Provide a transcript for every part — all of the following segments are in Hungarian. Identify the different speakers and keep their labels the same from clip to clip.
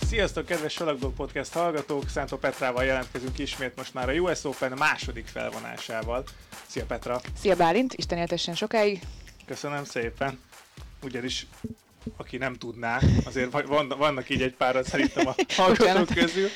Speaker 1: Sziasztok, kedves Salakblog Podcast hallgatók! Szántó Petrával jelentkezünk ismét most már a US Open második felvonásával. Szia Petra!
Speaker 2: Szia Bálint, Isten éltessen sokáig!
Speaker 1: Köszönöm szépen! Ugyanis, aki nem tudná, azért vannak így egy páran szerintem a hallgatók közül.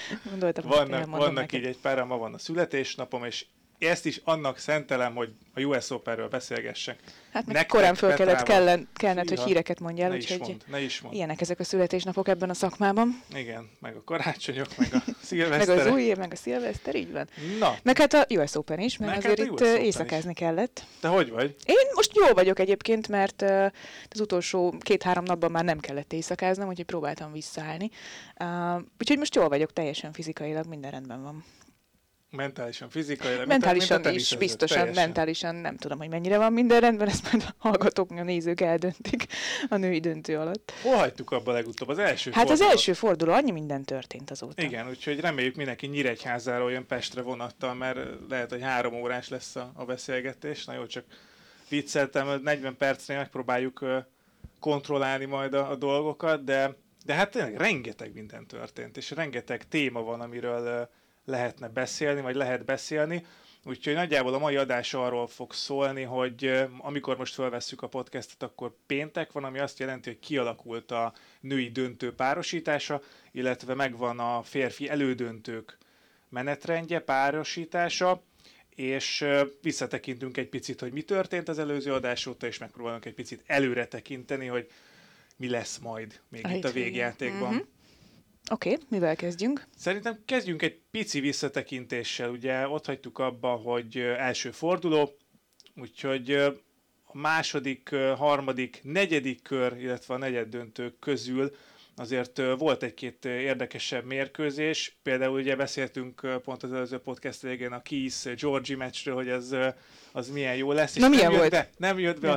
Speaker 1: Vannak így egy páran, ma van a születésnapom, és ezt is annak szentelem, hogy a US Openről beszélgessek.
Speaker 2: Hát meg korán föl kellett, hogy híreket mondjál, úgyhogy ilyenek ezek a születésnapok ebben a szakmában.
Speaker 1: Igen, meg a karácsonyok, meg a szilveszterek.
Speaker 2: Meg az új év, meg a szilveszter, így van.
Speaker 1: Na.
Speaker 2: Meg hát a US Open is, mert azért itt éjszakázni kellett.
Speaker 1: Te hogy vagy?
Speaker 2: Én most jól vagyok egyébként, mert az utolsó 2-3 napban már nem kellett éjszakáznom, úgyhogy próbáltam visszaállni. Úgyhogy most jól vagyok, teljesen fizikailag minden rendben van.
Speaker 1: Mentálisan, fizikailag?
Speaker 2: Mentálisan is, biztosan, teljesen. Mentálisan nem tudom, hogy mennyire van minden rendben, ezt majd a hallgatók, a nézők eldöntik a női döntő alatt.
Speaker 1: Hol hagytuk abba legutóbb? Az első
Speaker 2: forduló? Hát az első forduló, annyi minden történt azóta.
Speaker 1: Igen, úgyhogy reméljük mindenki Nyíregyházáról jön Pestre vonattal, mert lehet, hogy 3 órás lesz a beszélgetés. Na jó, csak vicceltem, 40 percnél megpróbáljuk kontrollálni majd a dolgokat, de hát tényleg rengeteg minden történt, és rengeteg téma van, amiről lehetne beszélni, vagy lehet beszélni. Úgyhogy nagyjából a mai adás arról fog szólni, hogy amikor most felvesszük a podcastet, akkor péntek van, ami azt jelenti, hogy kialakult a női döntő párosítása, illetve megvan a férfi elődöntők menetrendje, párosítása, és visszatekintünk egy picit, hogy mi történt az előző adás óta, és megpróbálunk egy picit előre tekinteni, hogy mi lesz majd még itt a végjátékban.
Speaker 2: Mm-hmm. Oké, mivel kezdjünk?
Speaker 1: Szerintem kezdjünk egy pici visszatekintéssel. Ugye ott hagytuk abba, hogy első forduló, úgyhogy a második, harmadik, negyedik kör, illetve a negyeddöntők közül azért volt egy-két érdekesebb mérkőzés. Például ugye beszéltünk pont az előző podcast végén a Keys-Georgi meccsről, hogy az milyen jó lesz.
Speaker 2: Na, milyen volt?
Speaker 1: Nem jött be a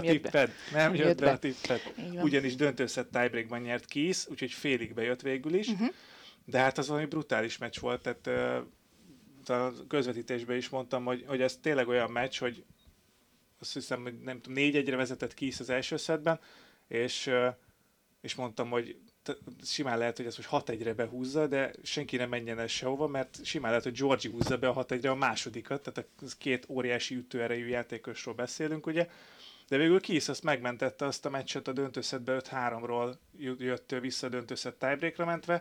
Speaker 1: tipped. Ugyanis döntőszett tiebreakban nyert Keys, úgyhogy félig bejött végül is. Uh-huh. De hát az valami brutális meccs volt, tehát a közvetítésben is mondtam, hogy ez tényleg olyan meccs, hogy azt hiszem, hogy nem tudom, 4-1-re vezetett Keys az első szettben, és mondtam, hogy simán lehet, hogy ezt most 6-1-re behúzza, de senki nem menjen el sehova, mert simán lehet, hogy Georgi húzza be a 6-1-re a másodikat, tehát az 2 óriási ütőerejű játékosról beszélünk, ugye. De végül Keys azt megmentette azt a meccset a döntőszettbe 5-3-ról jött vissza a döntőszett tiebreakra mentve.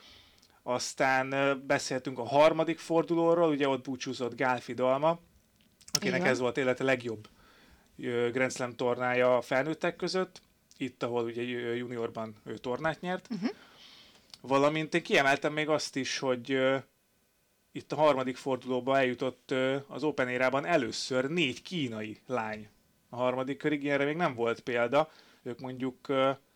Speaker 1: Aztán beszéltünk a harmadik fordulóról, ugye ott búcsúzott Gál Fidalma, akinek ez volt élete legjobb Grand Slam tornája a felnőttek között, itt, ahol ugye juniorban ő tornát nyert. Uh-huh. Valamint én kiemeltem még azt is, hogy itt a harmadik fordulóba eljutott az Open érában először 4 kínai lány a harmadik körig, ilyenre még nem volt példa. Ők mondjuk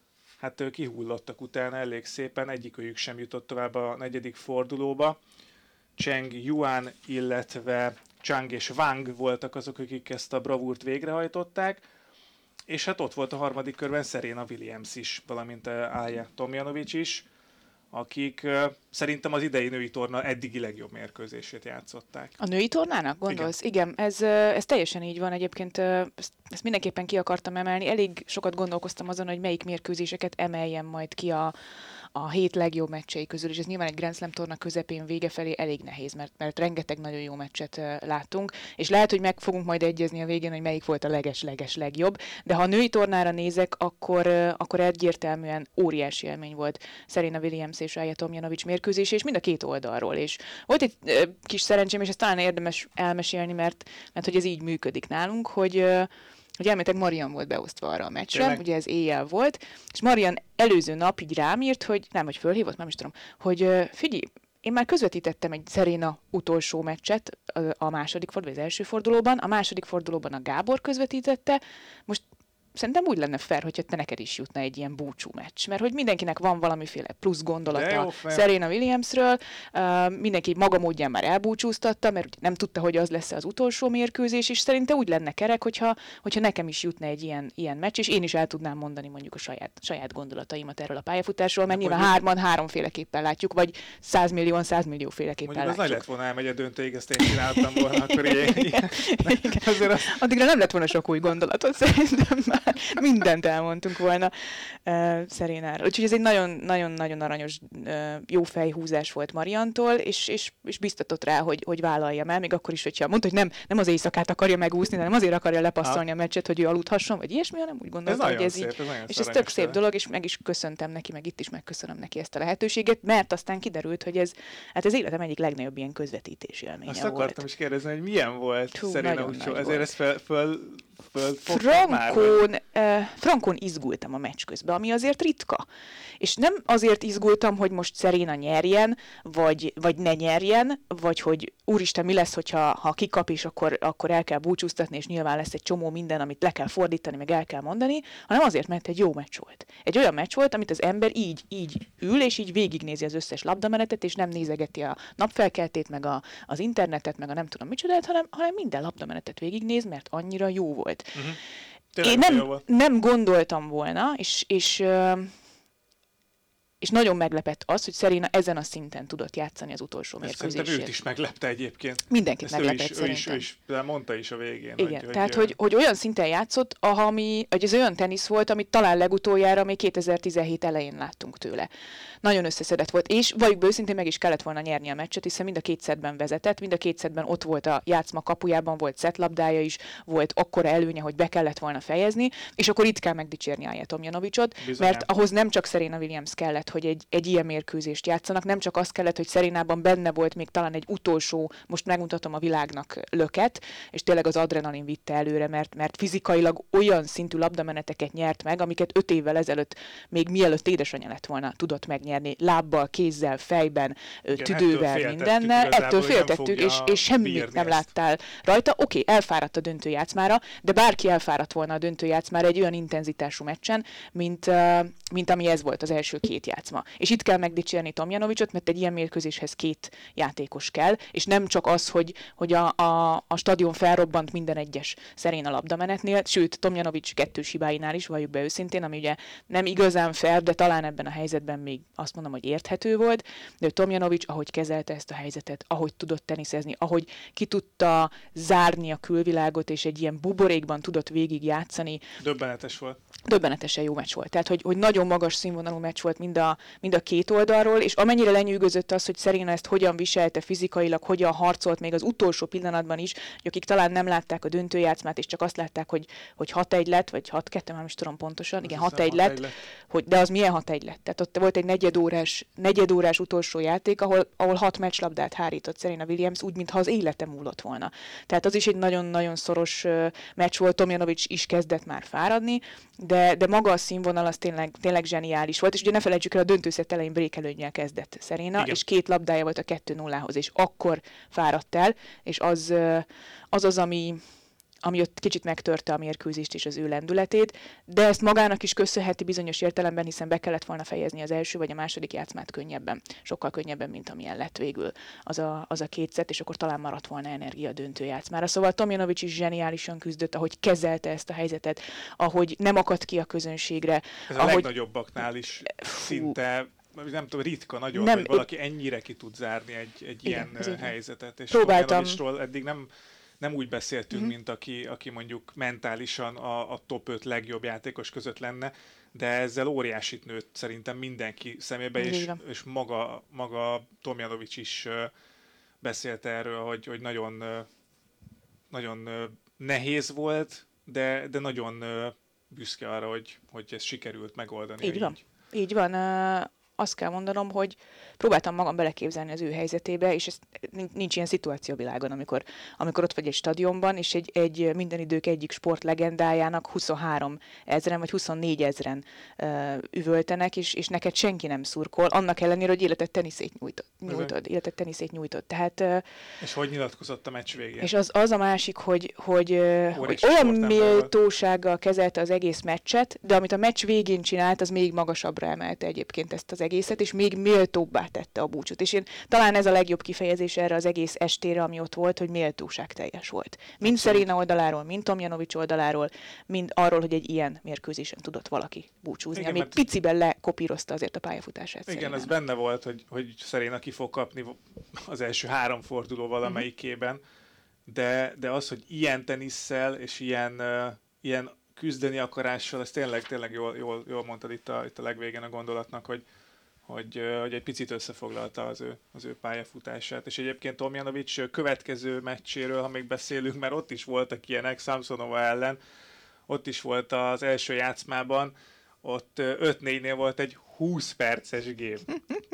Speaker 1: kihullottak utána elég szépen, egyikőjük sem jutott tovább a negyedik fordulóba. Cheng Yuan, illetve Chang és Wang voltak azok, akik ezt a bravúrt végrehajtották. És hát ott volt a harmadik körben Serena Williams is, valamint Alja Tomljanovic is, akik szerintem az idei női torna eddigi legjobb mérkőzését játszották.
Speaker 2: A női tornának gondolsz? Igen, ez teljesen így van. Egyébként ezt mindenképpen ki akartam emelni. Elég sokat gondolkoztam azon, hogy melyik mérkőzéseket emeljem majd ki a 7 legjobb meccsei közül, és ez nyilván egy Grand Slam torna közepén vége felé elég nehéz, mert rengeteg nagyon jó meccset láttunk, és lehet, hogy meg fogunk majd egyezni a végén, hogy melyik volt a leges legjobb, de ha a női tornára nézek, akkor egyértelműen óriási élmény volt Serena Williams és Alja Tomljanovic mérkőzés, és mind a 2 oldalról, és volt egy kis szerencsém, és ezt talán érdemes elmesélni, mert hogy ez így működik nálunk, hogy elméletileg Marian volt beosztva arra a meccsre, tényleg? Ugye ez éjjel volt, és Marian előző nap így rám írt, hogy hogy fölhívott, nem is tudom, hogy figyelj, én már közvetítettem egy Serena utolsó meccset a második fordulóban, az első fordulóban, a második fordulóban a Gábor közvetítette, most szerintem úgy lenne fair, hogyha te neked is jutna egy ilyen búcsú meccs, mert hogy mindenkinek van valamiféle plusz gondolata Serena Williamsről, mindenki maga módján már elbúcsúztatta, mert nem tudta, hogy az lesz az utolsó mérkőzés, és szerintem úgy lenne kerek, hogyha nekem is jutna egy ilyen meccs, és én is el tudnám mondani mondjuk a saját gondolataimat erről a pályafutásról, mert nyilván hárman 3-féleképpen látjuk, vagy 100 millió féleképpen
Speaker 1: mondjuk
Speaker 2: látjuk.
Speaker 1: Az nagy lett volna, elmegy a döntőig, ezt én csináltam volna, akkor ilyen.
Speaker 2: Addigra nem lett volna sok új gondolatot, szerintem már. Mindent elmondtunk volna Serénáról. Úgyhogy ez egy nagyon-nagyon aranyos, jó fejhúzás volt Mariantól, és biztatott rá, hogy vállalja el, még akkor is, hogyha mondta, hogy nem az éjszakát akarja megúszni, hanem azért akarja lepasszolni a meccset, hogy ő aludhasson, vagy ilyesmi, hanem úgy gondolta, hogy ez így. És ez tök szép dolog, és meg is köszöntem neki, meg itt is megköszönöm neki ezt a lehetőséget, mert aztán kiderült, hogy ez életem egyik legnagyobb ilyen közvetítés élménye
Speaker 1: volt.
Speaker 2: Azt
Speaker 1: akartam is kérdezni, hogy milyen volt Serena Újcsó, ezért ezt
Speaker 2: Frankon izgultam a meccs közben, ami azért ritka. És nem azért izgultam, hogy most Serena nyerjen, vagy ne nyerjen, vagy hogy úristen, mi lesz, ha kikap, és akkor el kell búcsúztatni, és nyilván lesz egy csomó minden, amit le kell fordítani, meg el kell mondani, hanem azért, mert egy jó meccs volt. Egy olyan meccs volt, amit az ember így ül, és így végignézi az összes labdamenetet, és nem nézegeti a napfelkeltét, meg az internetet, meg a nem tudom micsodát, hanem minden labdamenetet végignéz, mert annyira jó volt. Én nem gondoltam volna, és nagyon meglepett az, hogy Serena ezen a szinten tudott játszani az utolsó mérkőzését.
Speaker 1: Szerintem őt is meglepte egyébként.
Speaker 2: Mindenkit meglepett
Speaker 1: szerintem. Ő is mondta is a végén.
Speaker 2: Igen, hogy olyan szinten játszott, hogy ez olyan tenisz volt, amit talán legutoljára még 2017 elején láttunk tőle. Nagyon összeszedett volt, és valljuk be őszintén, meg is kellett volna nyerni a meccset, hiszen mind a két szettben vezetett, mind a két szettben ott volt a játszma kapujában, volt szettlabdája is, volt akkora előnye, hogy be kellett volna fejezni, és akkor itt kell megdicsérni Ajla Tomljanovicsot, mert ahhoz nem csak Serena Williams kellett, hogy egy ilyen mérkőzést játszanak, nem csak az kellett, hogy Serenában benne volt még talán egy utolsó, most megmutatom a világnak löket, és tényleg az adrenalin vitte előre, mert fizikailag olyan szintű labdameneteket nyert meg, amiket 5 évvel ezelőtt, még mielőtt édesanyja lett volna, tudott megnyerni, lábbal, kézzel, fejben, tüdővel, mindennel. Ettől féltettük, és semmit nem láttál rajta. Oké, elfáradt a döntőjátszmára, de bárki elfáradt volna a döntőjátszmára egy olyan intenzitású meccsen, mint ami ez volt az első 2 játszma. És itt kell megdicsérni Tomljanovicsot, mert egy ilyen mérkőzéshez 2 játékos kell, és nem csak az, hogy a stadion felrobbant minden egyes Serena labdamenetnél, sőt, Tomljanovics 2 hibáinál is, valljuk be őszintén, ami ugye nem igazán fair, de talán ebben a helyzetben még azt mondom, hogy érthető volt, de Tomljanovics, ahogy kezelte ezt a helyzetet, ahogy tudott teniszezni, ahogy ki tudta zárni a külvilágot, és egy ilyen buborékban tudott végig játszani.
Speaker 1: Döbbenetes volt.
Speaker 2: Döbbenetesen jó meccs volt. Tehát, hogy nagyon magas színvonalú meccs volt mind a két oldalról, és amennyire lenyűgözött az, hogy Serena ezt hogyan viselte fizikailag, hogyan harcolt még az utolsó pillanatban is, hogy akik talán nem látták a döntőjátszmát, és csak azt látták, hogy 6-1 lett, vagy 6-2, már is tudom pontosan, igen, 6-1 lett, de az milyen 6-1 lett? Tehát ott volt egy negyedórás utolsó játék, ahol 6 meccslabdát hárított Serena Williams, úgy, mintha az élete múlott volna. Tehát az is egy nagyon-nagyon szoros meccs volt, Tomljanovics is kezdett már fáradni, de maga a színvonal az tényleg zseniális volt, és ugye ne felejtsük el, a döntőszett elején brékelődnnyel kezdett Serena, igen. És 2 labdája volt a 2-0-hoz, és akkor fáradt el, és az, ami ott kicsit megtörte a mérkőzést és az ő lendületét, de ezt magának is köszönheti bizonyos értelemben, hiszen be kellett volna fejezni az első vagy a második játszmát könnyebben, sokkal könnyebben, mint amilyen lett végül az a 2 szett, és akkor talán maradt volna energia a döntőjátszmára. Szóval Tomljanovics is zseniálisan küzdött, ahogy kezelte ezt a helyzetet, ahogy nem akadt ki a közönségre.
Speaker 1: Ez a legnagyobbaknál is szinte, nem tudom, ritka nagyon, hogy valaki ennyire ki tud zárni egy ilyen helyzetet. És Tomljanovicsról eddig nem úgy beszéltünk, mint aki mondjuk mentálisan a top 5 legjobb játékos között lenne, de ezzel óriásit nőtt szerintem mindenki szemébe, és maga Tomljanovics is beszélt erről, hogy nagyon, nagyon nehéz volt, de nagyon büszke arra, hogy ezt sikerült megoldani.
Speaker 2: Így van. Azt kell mondanom, hogy próbáltam magam beleképzelni az ő helyzetébe, és ez nincs ilyen szituáció világon, amikor ott vagy egy stadionban, és egy minden idők egyik sportlegendájának 23 000 vagy 24 000 üvöltenek, és neked senki nem szurkol, annak ellenére, hogy életed teniszét nyújtod. Tehát,
Speaker 1: és hogy nyilatkozott a meccs végén?
Speaker 2: És az a másik, hogy olyan méltósággal kezelte az egész meccset, de amit a meccs végén csinált, az még magasabbra emelte egyébként ezt az egészet, és még méltóbbá tette a búcsút. És talán ez a legjobb kifejezés erre az egész estére, ami ott volt, hogy méltóságteljes volt. Mind Serena oldaláról, mind Tomljanovics oldaláról, mind arról, hogy egy ilyen mérkőzésen tudott valaki búcsúzni, igen, ami piciben lekopírozta azért a pályafutását.
Speaker 1: Igen,
Speaker 2: Serenának.
Speaker 1: ez benne volt, hogy Serena ki fog kapni az első 3 forduló valamelyikében, de az, hogy ilyen tenisszel és ilyen küzdeni akarással, ez tényleg jól mondtad itt a legvégén a gondolatnak, hogy egy picit összefoglalta az ő pályafutását. És egyébként Tomjanovic következő meccséről, ha még beszélünk, mert ott is voltak ilyenek Samsonova ellen, ott is volt az első játszmában, ott 5-4-nél volt egy 20 perces game.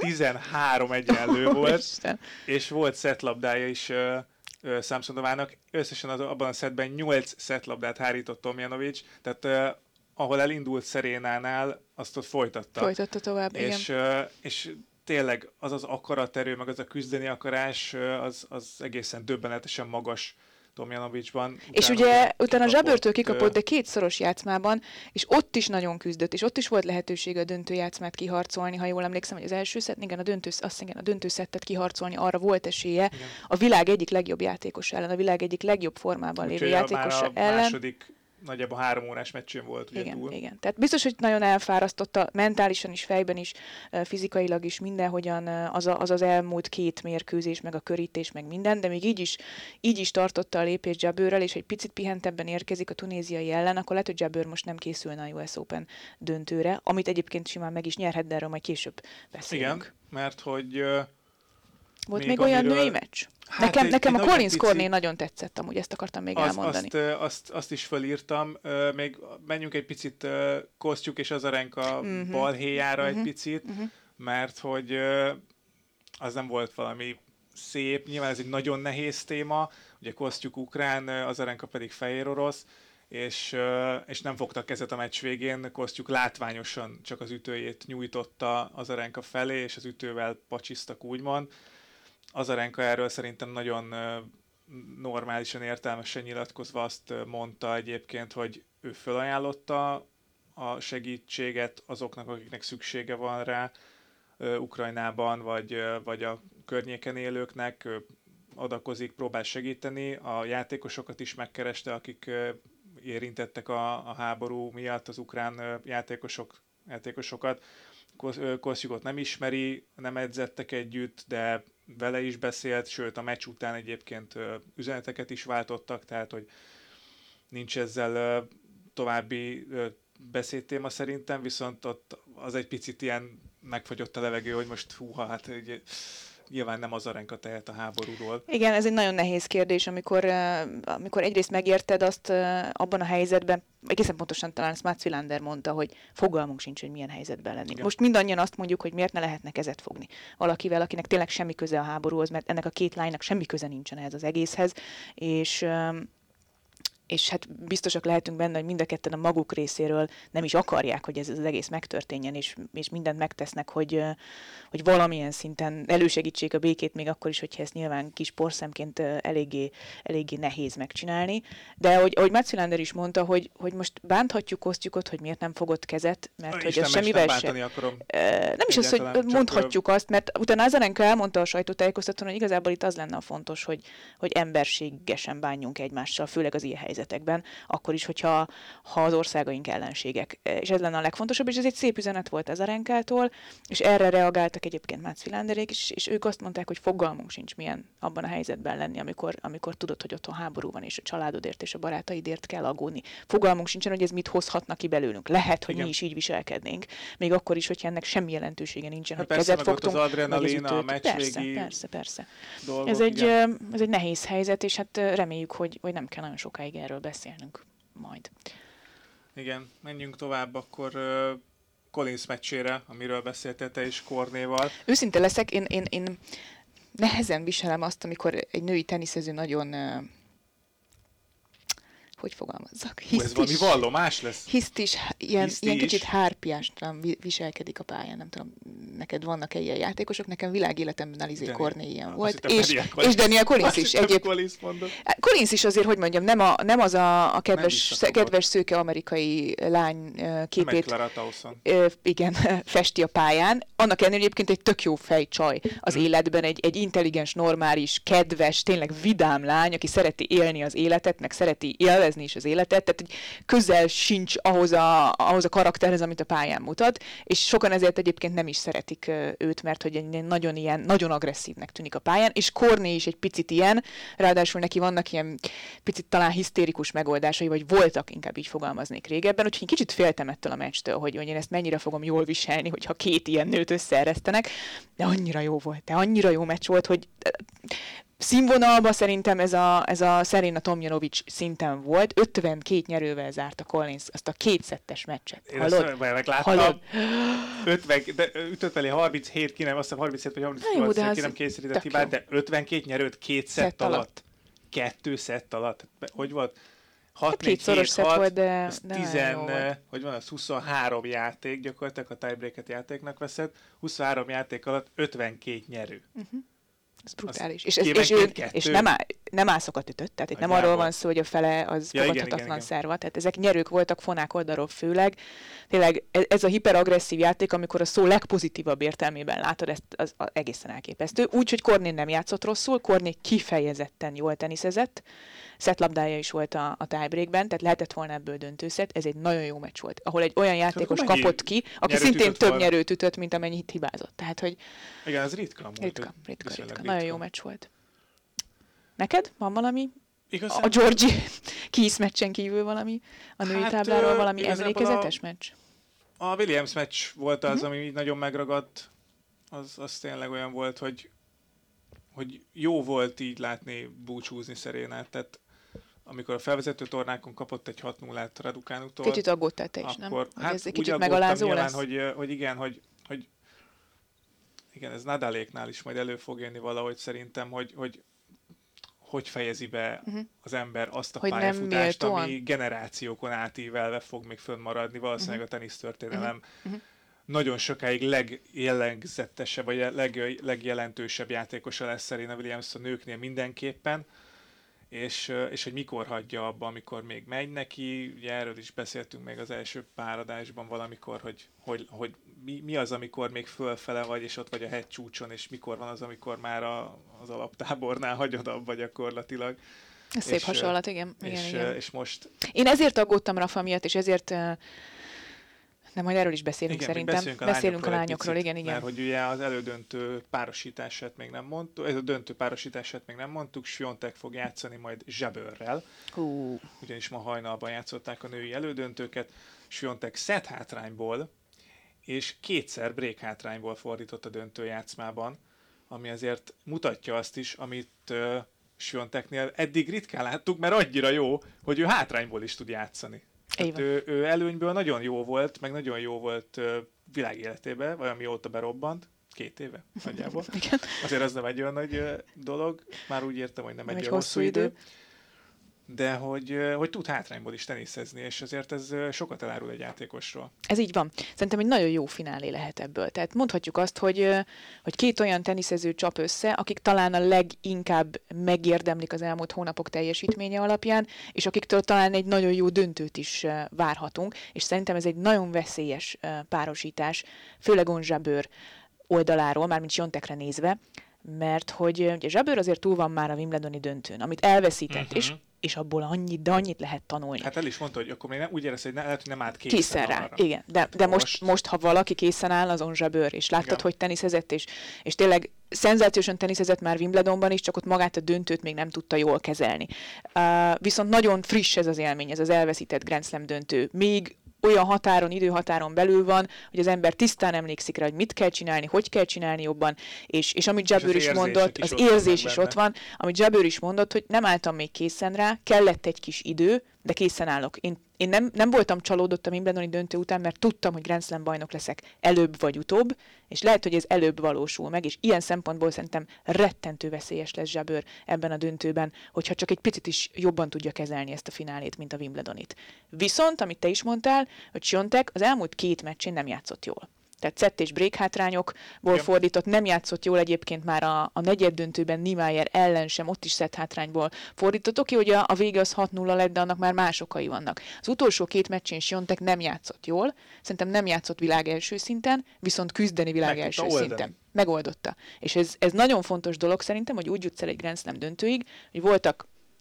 Speaker 1: 13 egyenlő volt, és volt szettlabdája is Samsonovának. Összesen abban a szettben 8 szettlabdát hárított Tomjanovic, tehát ahol elindult Serénánál, azt ott folytatta.
Speaker 2: Folytatta tovább, igen.
Speaker 1: És tényleg az az akaraterő, meg az a küzdeni akarás, az egészen döbbenetesen magas Tomjanovicban.
Speaker 2: És ugye utána Jabbertől kikapott, de kétszoros játszmában, és ott is nagyon küzdött, és ott is volt lehetősége a döntőjátszmát kiharcolni, ha jól emlékszem, hogy az első szett, igen, a döntőszettet kiharcolni, arra volt esélye. Igen. A világ egyik legjobb játékos ellen, a világ egyik legjobb formában lévő játékos ellen.
Speaker 1: Második nagyjából 3 órás meccsén volt.
Speaker 2: Igen. Tehát biztos, hogy nagyon elfárasztotta, mentálisan is, fejben is, fizikailag is mindenhogyan az elmúlt 2 mérkőzés, meg a körítés, meg minden, de még így is tartotta a lépést Jabberrel, és egy picit pihentebben érkezik a tunéziai ellen, akkor lehet, hogy Jabber most nem készülne a US Open döntőre, amit egyébként simán meg is nyerhet, de erről majd később beszélünk.
Speaker 1: Igen, mert hogy...
Speaker 2: Volt még olyan női meccs? Hát nekem a Collins Cornet nagyon tetszett, amúgy ezt akartam még elmondani.
Speaker 1: Azt is fölírtam, még menjünk egy picit Kosztjuk és Azarenka balhéjára egy picit, mert hogy az nem volt valami szép, nyilván ez egy nagyon nehéz téma, ugye Kosztjuk ukrán, Azarenka pedig fehér orosz, és nem fogtak kezet a meccs végén, Kosztjuk látványosan csak az ütőjét nyújtotta Azarenka felé, és az ütővel pacsiztak, úgymond. Azarenka erről szerintem nagyon normálisan, értelmesen nyilatkozva azt mondta egyébként, hogy ő felajánlotta a segítséget azoknak, akiknek szüksége van rá Ukrajnában, vagy a környéken élőknek, ő adakozik, próbál segíteni. A játékosokat is megkereste, akik érintettek a háború miatt, az ukrán játékosokat. Kosztjukot nem ismeri, nem edzettek együtt, de vele is beszélt, sőt a meccs után egyébként üzeneteket is váltottak, tehát hogy nincs ezzel további beszédtéma szerintem, viszont ott az egy picit ilyen megfagyott a levegő, hogy most hát nyilván nem Azarenka tehet a háborúról.
Speaker 2: Igen, ez egy nagyon nehéz kérdés, amikor egyrészt megérted azt abban a helyzetben, egészen pontosan talán ezt Mats Wilander mondta, hogy fogalmunk sincs, hogy milyen helyzetben lenni. Igen. Most mindannyian azt mondjuk, hogy miért ne lehetne kezet fogni valakivel, akinek tényleg semmi köze a háborúhoz, mert ennek a 2 lánynak semmi köze nincsen ehhez az egészhez, és hát biztosak lehetünk benne, hogy mind a ketten a maguk részéről nem is akarják, hogy ez az egész megtörténjen, és mindent megtesznek, hogy valamilyen szinten elősegítsék a békét, még akkor is, hogyha ezt nyilván kis porszemként eléggé nehéz megcsinálni. De ahogy Mats Wilander is mondta, hogy most bánthatjuk Kosztjukot, hogy miért nem fogott kezet, mert hogy az semmivel sem. Nem is az, hogy mondhatjuk azt, mert utána Azarenka elmondta a sajtótájékoztatón, hogy igazából itt az lenne a fontos, hogy emberségesen bánjunk egymással, főleg az ilyen helyzetekben, akkor is, hogyha az országaink ellenségek. És ez lenne a legfontosabb, és ez egy szép üzenet volt Azarenkától, és erre reagáltak egyébként Mats Wilanderék is, és ők azt mondták, hogy fogalmunk sincs milyen abban a helyzetben lenni, amikor tudod, hogy otthon háború van, és a családodért és a barátaidért kell aggódni. Fogalmunk sincsen, hogy ez mit hozhatna ki belőlünk. Lehet, hogy mi is így viselkednénk, még akkor is, hogyha ennek semmi jelentősége nincsen, hogy kezet fogtunk.
Speaker 1: Az adrenalin, a
Speaker 2: persze. Dolgok, ez egy nehéz helyzet, és hát reméljük, hogy nem kell nagyon sokáig erről beszélnünk majd.
Speaker 1: Igen, menjünk tovább akkor Collins meccsére, amiről beszéltél te is Cornéval.
Speaker 2: Őszinte leszek, én nehezen viselem azt, amikor egy női teniszező nagyon, hogy fogalmazzak?
Speaker 1: Ez valami vallomás lesz?
Speaker 2: Hisztis, ilyen kicsit hárpiástran viselkedik a pályán, nem tudom, neked vannak ilyen játékosok, nekem világéletemben Alizé Cornet ilyen volt, és Daniel Collins is. Collins is azért, hogy mondjam, nem az a kedves szőke amerikai lány képét igen, festi a pályán. Annak ellenére egyébként egy tök jó fejcsaj az életben, egy intelligens, normális, kedves, tényleg vidám lány, aki szereti élni az életet, meg szereti élvezni élezni is az életet, tehát hogy közel sincs ahhoz a karakterhez, amit a pályán mutat, és sokan ezért egyébként nem is szeretik őt, mert hogy nagyon agresszívnek tűnik a pályán, és Cornet is egy picit ilyen, ráadásul neki vannak ilyen picit talán hisztérikus megoldásai, vagy voltak, inkább így fogalmaznék régebben, úgyhogy kicsit féltem ettől a meccstől, hogy én ezt mennyire fogom jól viselni, hogyha két ilyen nőt összeeresztenek, de annyira jó volt, annyira jó meccs volt, hogy színvonalban szerintem ez a Serena Tomljanovic szinten volt, 52 nyerővel zárta Collins azt a kétszettes meccset.
Speaker 1: Én ezt megláttam. 50, de ütött elé 37, ki nem, azt hiszem 37 vagy 38, ki nem kényszerített hibát, de 52 nyerőt két szett alatt. 2 szett alatt. Hogy volt?
Speaker 2: 6-4-7-6, volt, de
Speaker 1: 23 játék, gyakorlatilag a tiebreaket játéknak veszed, 23 játék alatt 52 nyerő.
Speaker 2: Ez brutális. És nem ászokat ütött, tehát itt nem arról van szó, hogy a fele az fogadhatatlan szerva. Tehát ezek nyerők voltak Fonák oldalról főleg. Tényleg ez a hiperagresszív játék, amikor a szó legpozitívabb értelmében látod, az egészen elképesztő. Úgyhogy Cornet nem játszott rosszul, Cornet kifejezetten jól teniszezett. Szettlabdája is volt a tiebreakben, tehát lehetett volna ebből döntőszett. Ez egy nagyon jó meccs volt, ahol egy olyan játékos kapott ki, aki szintén több nyerőt ütött, mint amennyit hibázott. Tehát, hogy
Speaker 1: igen, ez ritka.
Speaker 2: Nagyon jó meccs volt. Neked van valami? Igazán? A Georgie Keys meccsen kívül valami? A női tábláról valami emlékezetes meccs?
Speaker 1: A Williams meccs volt az, ami így nagyon megragadt. Az tényleg olyan volt, hogy jó volt így látni búcsúzni Serenát. Tehát amikor a felvezető tornákon kapott egy 6-0-át Raducanutól.
Speaker 2: Kicsit aggódtál te is, nem?
Speaker 1: Akkor,
Speaker 2: hát ez egy kicsit megalázó
Speaker 1: nyilván,
Speaker 2: lesz?
Speaker 1: hogy igen, ez Nadaléknál is majd elő fog jönni valahogy szerintem, hogy fejezi be az ember azt a hogy pályafutást, ami generációkon átívelve fog még fönnmaradni, valószínűleg a tenisztörténelem nagyon sokáig legjellegzetesebb, vagy legjelentősebb játékosa lesz Serena Williams a nőknél mindenképpen, és hogy mikor hagyja abba, amikor még megy neki, ugye erről is beszéltünk még az első pár adásban valamikor, hogy mi az, amikor még fölfele vagy, és ott vagy a hegycsúcson, és mikor van az, amikor már az alaptábornál hagyod abba gyakorlatilag.
Speaker 2: Ez szép hasonlat, igen.
Speaker 1: És most...
Speaker 2: Én ezért aggódtam Rafa miatt, és ezért... De majd erről is beszélünk, igen, szerintem. Beszélünk a lányokról, igen.
Speaker 1: Mert hogy ugye az elődöntő párosítását még nem mondtuk, ez a döntő párosítását még nem mondtuk, Swiatek fog játszani majd Jabeurrel. Ugyanis ma hajnalban játszották a női elődöntőket. Swiatek szett hátrányból, és 2-szer break hátrányból fordított a döntőjátszmában, ami azért mutatja azt is, amit Swiateknél eddig ritkán láttuk, mert annyira jó, hogy ő hátrányból is tud játszani. Hát ő előnyből nagyon jó volt, meg nagyon jó volt világéletében, vagy amióta berobbant, 2 éve nagyjából. Azért az nem egy olyan nagy dolog, már úgy értem, hogy nem egy olyan hosszú idő. De hogy tud hátrányból is teniszezni, és azért ez sokat elárul egy játékosról.
Speaker 2: Ez így van. Szerintem egy nagyon jó finálé lehet ebből. Tehát mondhatjuk azt, hogy 2 olyan teniszező csap össze, akik talán a leginkább megérdemlik az elmúlt hónapok teljesítménye alapján, és akiktől talán egy nagyon jó döntőt is várhatunk, és szerintem ez egy nagyon veszélyes párosítás, főleg Ons Jabeur oldaláról, mármint Swiatekre nézve, mert hogy ugye Jabeur azért túl van már a Wimbledoni döntőn, amit elveszített, és abból annyit lehet tanulni.
Speaker 1: Hát el is mondta, hogy akkor még nem, úgy érezte, hogy lehet, hogy nem állt készen
Speaker 2: rá. Igen, de most, ha valaki készen áll, az Ons Jabeur, és láttad, hogy teniszezett, és tényleg szenzációsan teniszezett már Wimbledonban is, csak ott magát a döntőt még nem tudta jól kezelni. Viszont nagyon friss ez az élmény, ez az elveszített Grand Slam döntő. Még olyan időhatáron belül van, hogy az ember tisztán emlékszik rá, hogy mit kell csinálni, hogy kell csinálni jobban, és amit Jabeur is mondott, az érzés is ott van, amit Jabeur is mondott, hogy nem álltam még készen rá, kellett egy kis idő, de készen állok. Én nem voltam csalódott a Wimbledoni döntő után, mert tudtam, hogy Grand Slam bajnok leszek előbb vagy utóbb, és lehet, hogy ez előbb valósul meg, és ilyen szempontból szerintem rettentő veszélyes lesz Jabeur ebben a döntőben, hogyha csak egy picit is jobban tudja kezelni ezt a finálét, mint a Wimbledonit. Viszont, amit te is mondtál, hogy Swiatek az elmúlt 2 meccsén nem játszott jól. Tehát szett és break hátrányokból fordított, nem játszott jól egyébként már a negyeddöntőben Niemeyer ellen sem, ott is szett hátrányból fordított. Oké, hogy a vége az 6-0 lett, de annak már más okai vannak. Az utolsó 2 meccsén Swiatek nem játszott jól, szerintem nem játszott világ első szinten, viszont küzdeni világ első szinten. Megoldotta. És ez nagyon fontos dolog szerintem, hogy úgy jutsz el egy Grand Slam döntőig, hogy voltak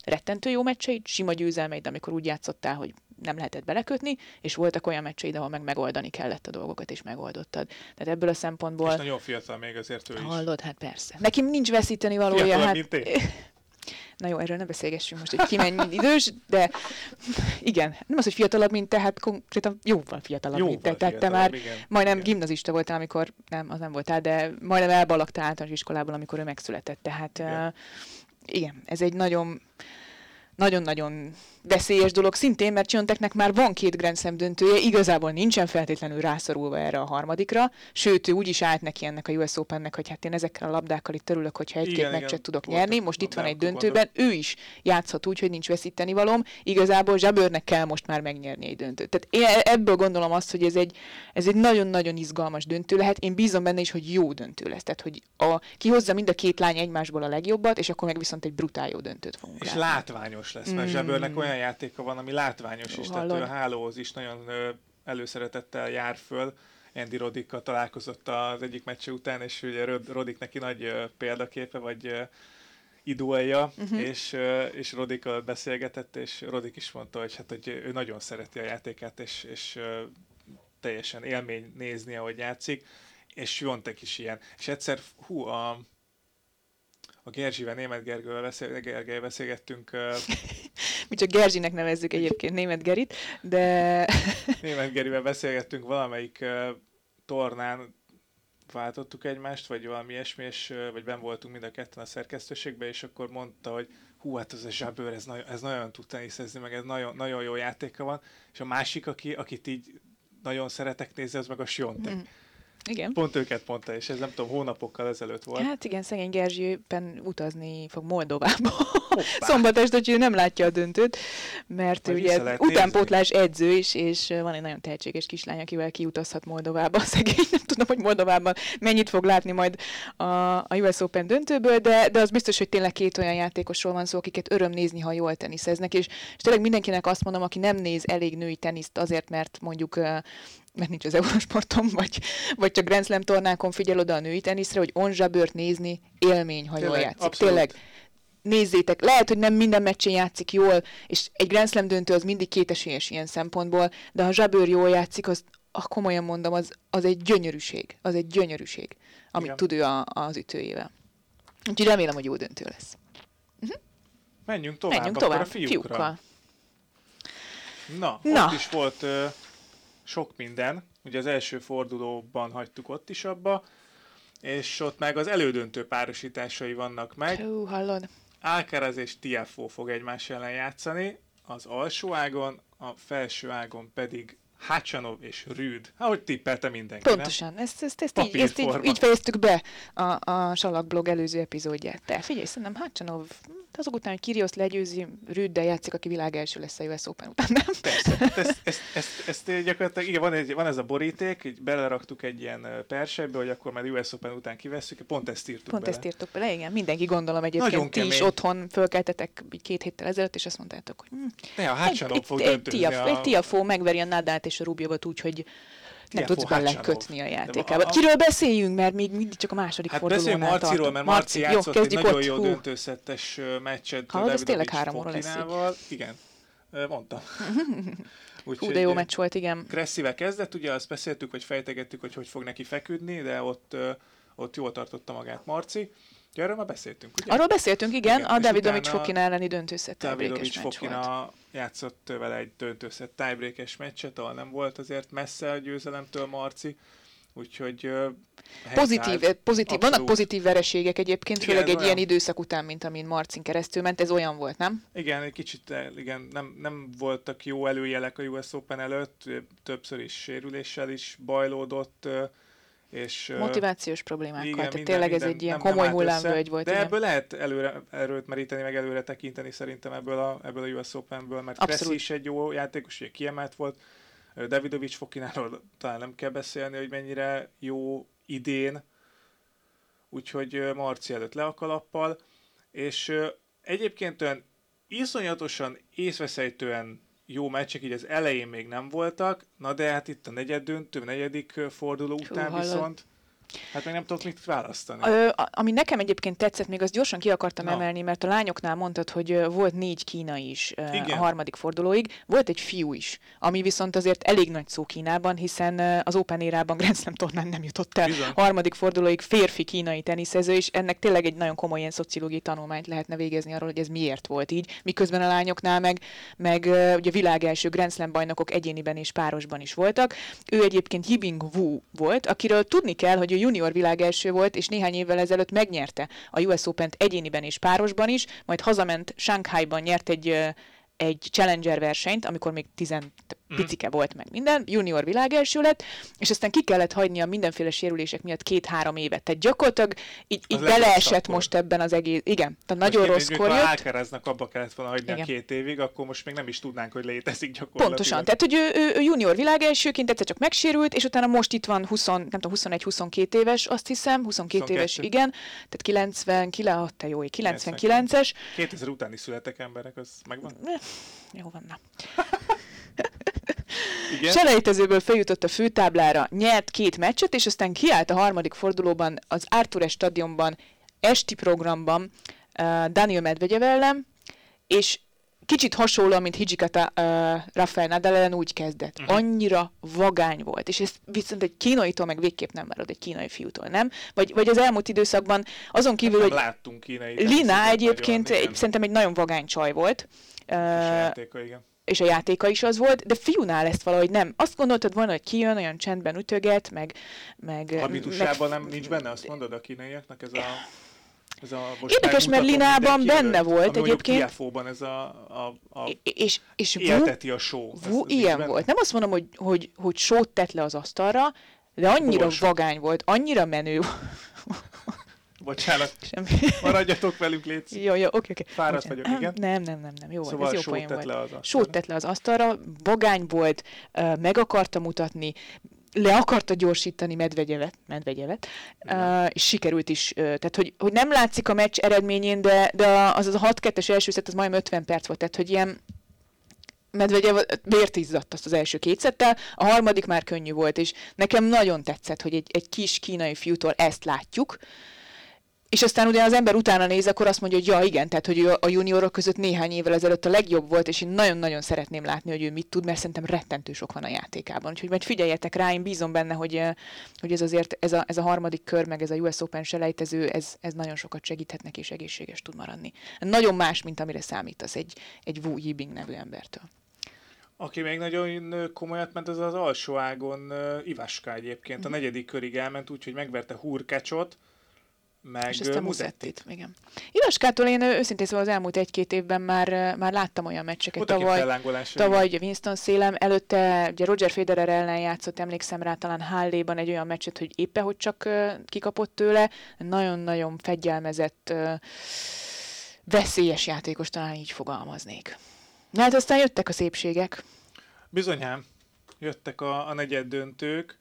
Speaker 2: rettentő jó meccseid, sima győzelmeid, amikor úgy játszottál, hogy nem lehetett belekötni, és voltak olyan meccseid, ahol meg megoldani kellett a dolgokat, és megoldottad. Tehát ebből a szempontból...
Speaker 1: És nagyon fiatal még azért ő is.
Speaker 2: Hallod, hát persze. Nekem nincs veszíteni valója.
Speaker 1: Fiatal,
Speaker 2: hát...
Speaker 1: mint én.
Speaker 2: Na jó, erről ne beszélgessünk most, hogy ki mennyi idős, de igen, nem az, hogy fiatalabb, mint te, hát konkrétan jóval fiatalabb, mint te. Tehát te már majdnem gimnazista voltál, amikor, nem, az nem voltál, de majdnem elbalagtál általános iskolából, amikor ő megszületett. Tehát igen, ez egy nagyon-nagyon veszélyes dolog szintén, mert Sionteknek már van 2 Grand Slam döntője, igazából nincsen feltétlenül rászorulva erre a harmadikra, sőt, ő úgy is állt neki ennek a US Opennek, hogy hát én ezekkel a labdákkal itt örülök, hogyha egy-két meccset tudok nyerni, most itt van egy döntőben, ő is játszhat úgy, hogy nincs veszíteni valóm, igazából Jabbernek kell most már megnyerni egy döntőt. Tehát én ebből gondolom azt, hogy ez egy nagyon-nagyon izgalmas döntő lehet, én bízom benne is, hogy jó döntő lesz, tehát hogy kihozza mind a 2 lány egymásból a legjobbat, és akkor meg viszont egy brutál jó döntőt fogunk
Speaker 1: és látványos lesz, mert Jabbernek olyan játéka van, ami látványos is, tehát a hálóhoz is nagyon előszeretettel jár föl. Andy Roddikkal találkozott az egyik meccse után, és ugye Roddick neki nagy példaképe, vagy idolja, és Roddikkal beszélgetett, és Roddick is mondta, hogy ő nagyon szereti a játékát, és teljesen élmény nézni, ahogy játszik, és Swiatek is ilyen. És egyszer, a Gerzsivel, Németh Gergelyvel beszélgettünk.
Speaker 2: Mi csak Gerzsinek nevezzük egyébként Németh Gerit, de...
Speaker 1: Németh Gerivel beszélgettünk valamelyik tornán, váltottuk egymást, vagy valami ilyesmi, vagy benn voltunk mind a ketten a szerkesztőségben, és akkor mondta, hogy hát az a Jabber, ez nagyon tud teniszezni, meg ez nagyon, nagyon jó játéka van, és a másik, akit így nagyon szeretek nézni, az meg a Swiatek.
Speaker 2: Igen.
Speaker 1: Pont őket mondta, és ez nem tudom, hónapokkal ezelőtt volt.
Speaker 2: Hát igen, szegény Gerzsi éppen utazni fog Moldovába. Szombat este, hogy ő nem látja a döntőt, mert ugye utánpótlás edző is, és van egy nagyon tehetséges kislány, akivel kiutazhat Moldovába. Szegény, nem tudom, hogy Moldovában mennyit fog látni majd a US Open döntőből, de az biztos, hogy tényleg 2 olyan játékosról van szó, akiket öröm nézni, ha jól teniszeznek, és tényleg mindenkinek azt mondom, aki nem néz elég női teniszt azért, mert mondjuk mert nincs az Eurosporton, vagy csak Grand Slam tornákon figyel oda a női teniszre, hogy Ons Jabbert nézni élmény, ha jól játszik.
Speaker 1: Abszolút. Tényleg,
Speaker 2: nézzétek, lehet, hogy nem minden meccsen játszik jól, és egy Grand Slam döntő az mindig kétesélyes ilyen szempontból, de ha Jabber jól játszik, komolyan mondom, az egy gyönyörűség. Az egy gyönyörűség, amit tud ő az ütőjével. Úgyhogy remélem, hogy jó döntő lesz.
Speaker 1: Menjünk tovább akkor a fiúkkal. Na, ott is volt sok minden. Ugye az első fordulóban hagytuk ott is abba, és ott meg az elődöntő párosításai vannak meg.
Speaker 2: Hallod?
Speaker 1: Alcaraz és Tiafoe fog egymás ellen játszani, az alsó ágon, a felső ágon pedig Khachanov és Ruud. Ahogy tippelte mindenki,
Speaker 2: pontosan,
Speaker 1: nem?
Speaker 2: Ezt így fejeztük be a Salakblog előző epizódját. Te figyelj, szerintem Khachanov azok után, hogy Kyrgios legyőzi, Rüddel játszik, aki világ első lesz a US Open után, nem?
Speaker 1: Persze. Ezt gyakorlatilag, igen, van ez a boríték, így beleraktuk egy ilyen persejbe, hogy akkor már US Open után kivesszük, pont ezt írtuk bele.
Speaker 2: Ezt írtuk bele, igen. Mindenki gondolom egyébként, ti is otthon fölkeltetek 2 héttel ezelőtt, és azt mondtátok, hogy
Speaker 1: a Khachanov fog döntőzni.
Speaker 2: Egy Tiafoe megveri a Nadált és a Rubjovat úgy, hogy nem tudsz belekötni a játékába. Kiről beszéljünk, mert még mindig csak a második fordulónál tartunk.
Speaker 1: Hát beszéljünk Marciról, mert Marci játszott egy nagyon jó döntőszettes meccset Davidovics Fokinával. Igen, mondtam.
Speaker 2: De jó meccs volt, igen.
Speaker 1: Cressy-vel kezdett, ugye azt beszéltük, hogy fejtegettük, hogy fog neki feküdni, de ott jól tartotta magát Marci. Ja, erről már beszéltünk, ugye?
Speaker 2: Arról beszéltünk, igen. A Davidovics Fokina elleni döntőszett
Speaker 1: Davidovics Fokina játszott vele egy döntőszett tiebreakes meccset, ahol nem volt azért messze a győzelemtől Marci. Úgyhogy
Speaker 2: pozitív. Vannak pozitív vereségek egyébként, főleg egy ilyen időszak után, mint amin Marcin keresztül ment. Ez olyan volt, nem?
Speaker 1: Igen, egy kicsit nem voltak jó előjelek a US Open előtt, többször is sérüléssel is bajlódott, és
Speaker 2: motivációs problémákkal, igen, tehát tényleg ez egy ilyen komoly hullámvölgy volt.
Speaker 1: De igen. Ebből lehet erőt meríteni, meg előre tekinteni szerintem ebből a US Openből, mert Cressy is egy jó játékos, ugye kiemelt volt. Davidovics Fokináról talán nem kell beszélni, hogy mennyire jó idén, úgyhogy Marci előtt le a kalappal, és egyébként olyan iszonyatosan észveszejtően jó meccsek, így az elején még nem voltak, na de hát itt a negyedik forduló után viszont Hát még nem tudok mit választani.
Speaker 2: Ami nekem egyébként tetszett, még azt gyorsan ki akartam emelni, mert a lányoknál mondtad, hogy volt 4 kínai is a harmadik fordulóig, volt egy fiú is, ami viszont azért elég nagy szó Kínában, hiszen az Open érában Grand Slam tornán nem jutott el. Bizony. Harmadik fordulóig férfi kínai teniszező, és ennek tényleg egy nagyon komoly ilyen szociológiai tanulmányt lehetne végezni arról, hogy ez miért volt így, miközben a lányoknál meg ugye világelső Grand Slam bajnokok egyéniben és párosban is voltak. Ő egyébként Yibing Wu volt, akiről tudni kell, hogy a junior világelső volt, és néhány évvel ezelőtt megnyerte a US Opent egyéniben és párosban is, majd hazament Shanghaiban, nyert egy Challenger versenyt, amikor még picike volt meg minden, junior világelső lett, és aztán ki kellett hagynia mindenféle sérülések miatt 2-3 évet. Tehát gyakorlatilag így beleesett most ebben az egész... Igen, tehát nagyon rosszkor jött.
Speaker 1: Ha Alcaraznak abba kellett volna hagyni a 2 évig, akkor most még nem is tudnánk, hogy létezik gyakorlatilag.
Speaker 2: Pontosan. Tehát, hogy ő junior világelsőként egyszer csak megsérült, és utána most itt van 21-22 éves, azt hiszem, 22 éves, igen. Tehát 99-es.
Speaker 1: 2000 utáni születtek emberek, az megvan?
Speaker 2: Jó van, na. Selejtezőből feljutott a főtáblára, nyert 2 meccset, és aztán kiállt a harmadik fordulóban az Arthur stadionban, esti programban Daniil Medvegyev ellen, és kicsit hasonlóan, mint Hijikata Rafael Nadal ellen úgy kezdett. Annyira vagány volt, és ezt viszont egy kínaitól meg végképp nem várod, egy kínai fiútól, nem? Vagy az elmúlt időszakban azon kívül, hogy
Speaker 1: láttunk kínai.
Speaker 2: Lina egyébként szerintem egy nagyon vagány csaj volt. És a játéka is az volt, de fiúnál ezt valahogy nem. Azt gondoltad volna, hogy kijön, olyan csendben ütöget, meg
Speaker 1: habitusában nem nincs benne, azt mondod a kínaiaknak ez a most
Speaker 2: érdekes, mert Linában benne volt egyébként.
Speaker 1: Tiafóban ez és élteti a show.
Speaker 2: Ilyen volt. Nem azt mondom, hogy sót tett le az asztalra, de annyira vagány volt, annyira menő.
Speaker 1: Bocsánat, maradjatok velünk, légy.
Speaker 2: Jó, oké.
Speaker 1: Fáradt vagyok, igen.
Speaker 2: Nem, jó,
Speaker 1: szóval
Speaker 2: ez jó poén
Speaker 1: volt.
Speaker 2: Sót tett le az asztalra, vagány volt, meg akarta mutatni, le akarta gyorsítani Medvegyevet, és sikerült is. Tehát, hogy nem látszik a meccs eredményén, de az a 6-2-es első szett, az majdnem 50 perc volt, tehát, hogy ilyen Medvegyev vért izzadt azt az első 2 szettel, a harmadik már könnyű volt, és nekem nagyon tetszett, hogy egy kis kínai fiútól ezt látjuk, és aztán ugye az ember utána néz, akkor azt mondja, hogy ja igen, tehát hogy ő a juniorok között néhány évvel ezelőtt a legjobb volt, és én nagyon-nagyon szeretném látni, hogy ő mit tud, mert szerintem rettentő sok van a játékában. Úgyhogy majd figyeljetek rá, én bízom benne, hogy ez azért ez a harmadik kör, meg ez a US Open selejtező, ez nagyon sokat segíthet neki, és egészséges tud maradni. Nagyon más, mint amire számítasz egy Wu Yibing nevű embertől.
Speaker 1: Aki még nagyon komolyat ment, az az alsó ágon Ivaska egyébként. A 4. körig elment, úgyhogy megverte Hurkacsot, meg Musettit.
Speaker 2: Igen. Ivaskától én őszintén szóval az elmúlt 1-2 évben már láttam olyan meccseket. Tavaly ugye Winston Salem, előtte ugye Roger Federer ellen játszott, emlékszem rá talán Halléban egy olyan meccset, hogy éppen hogy csak kikapott tőle. Nagyon-nagyon fegyelmezett, veszélyes játékos, talán így fogalmaznék. Na hát aztán jöttek a szépségek.
Speaker 1: Bizonyám, jöttek a negyeddöntők.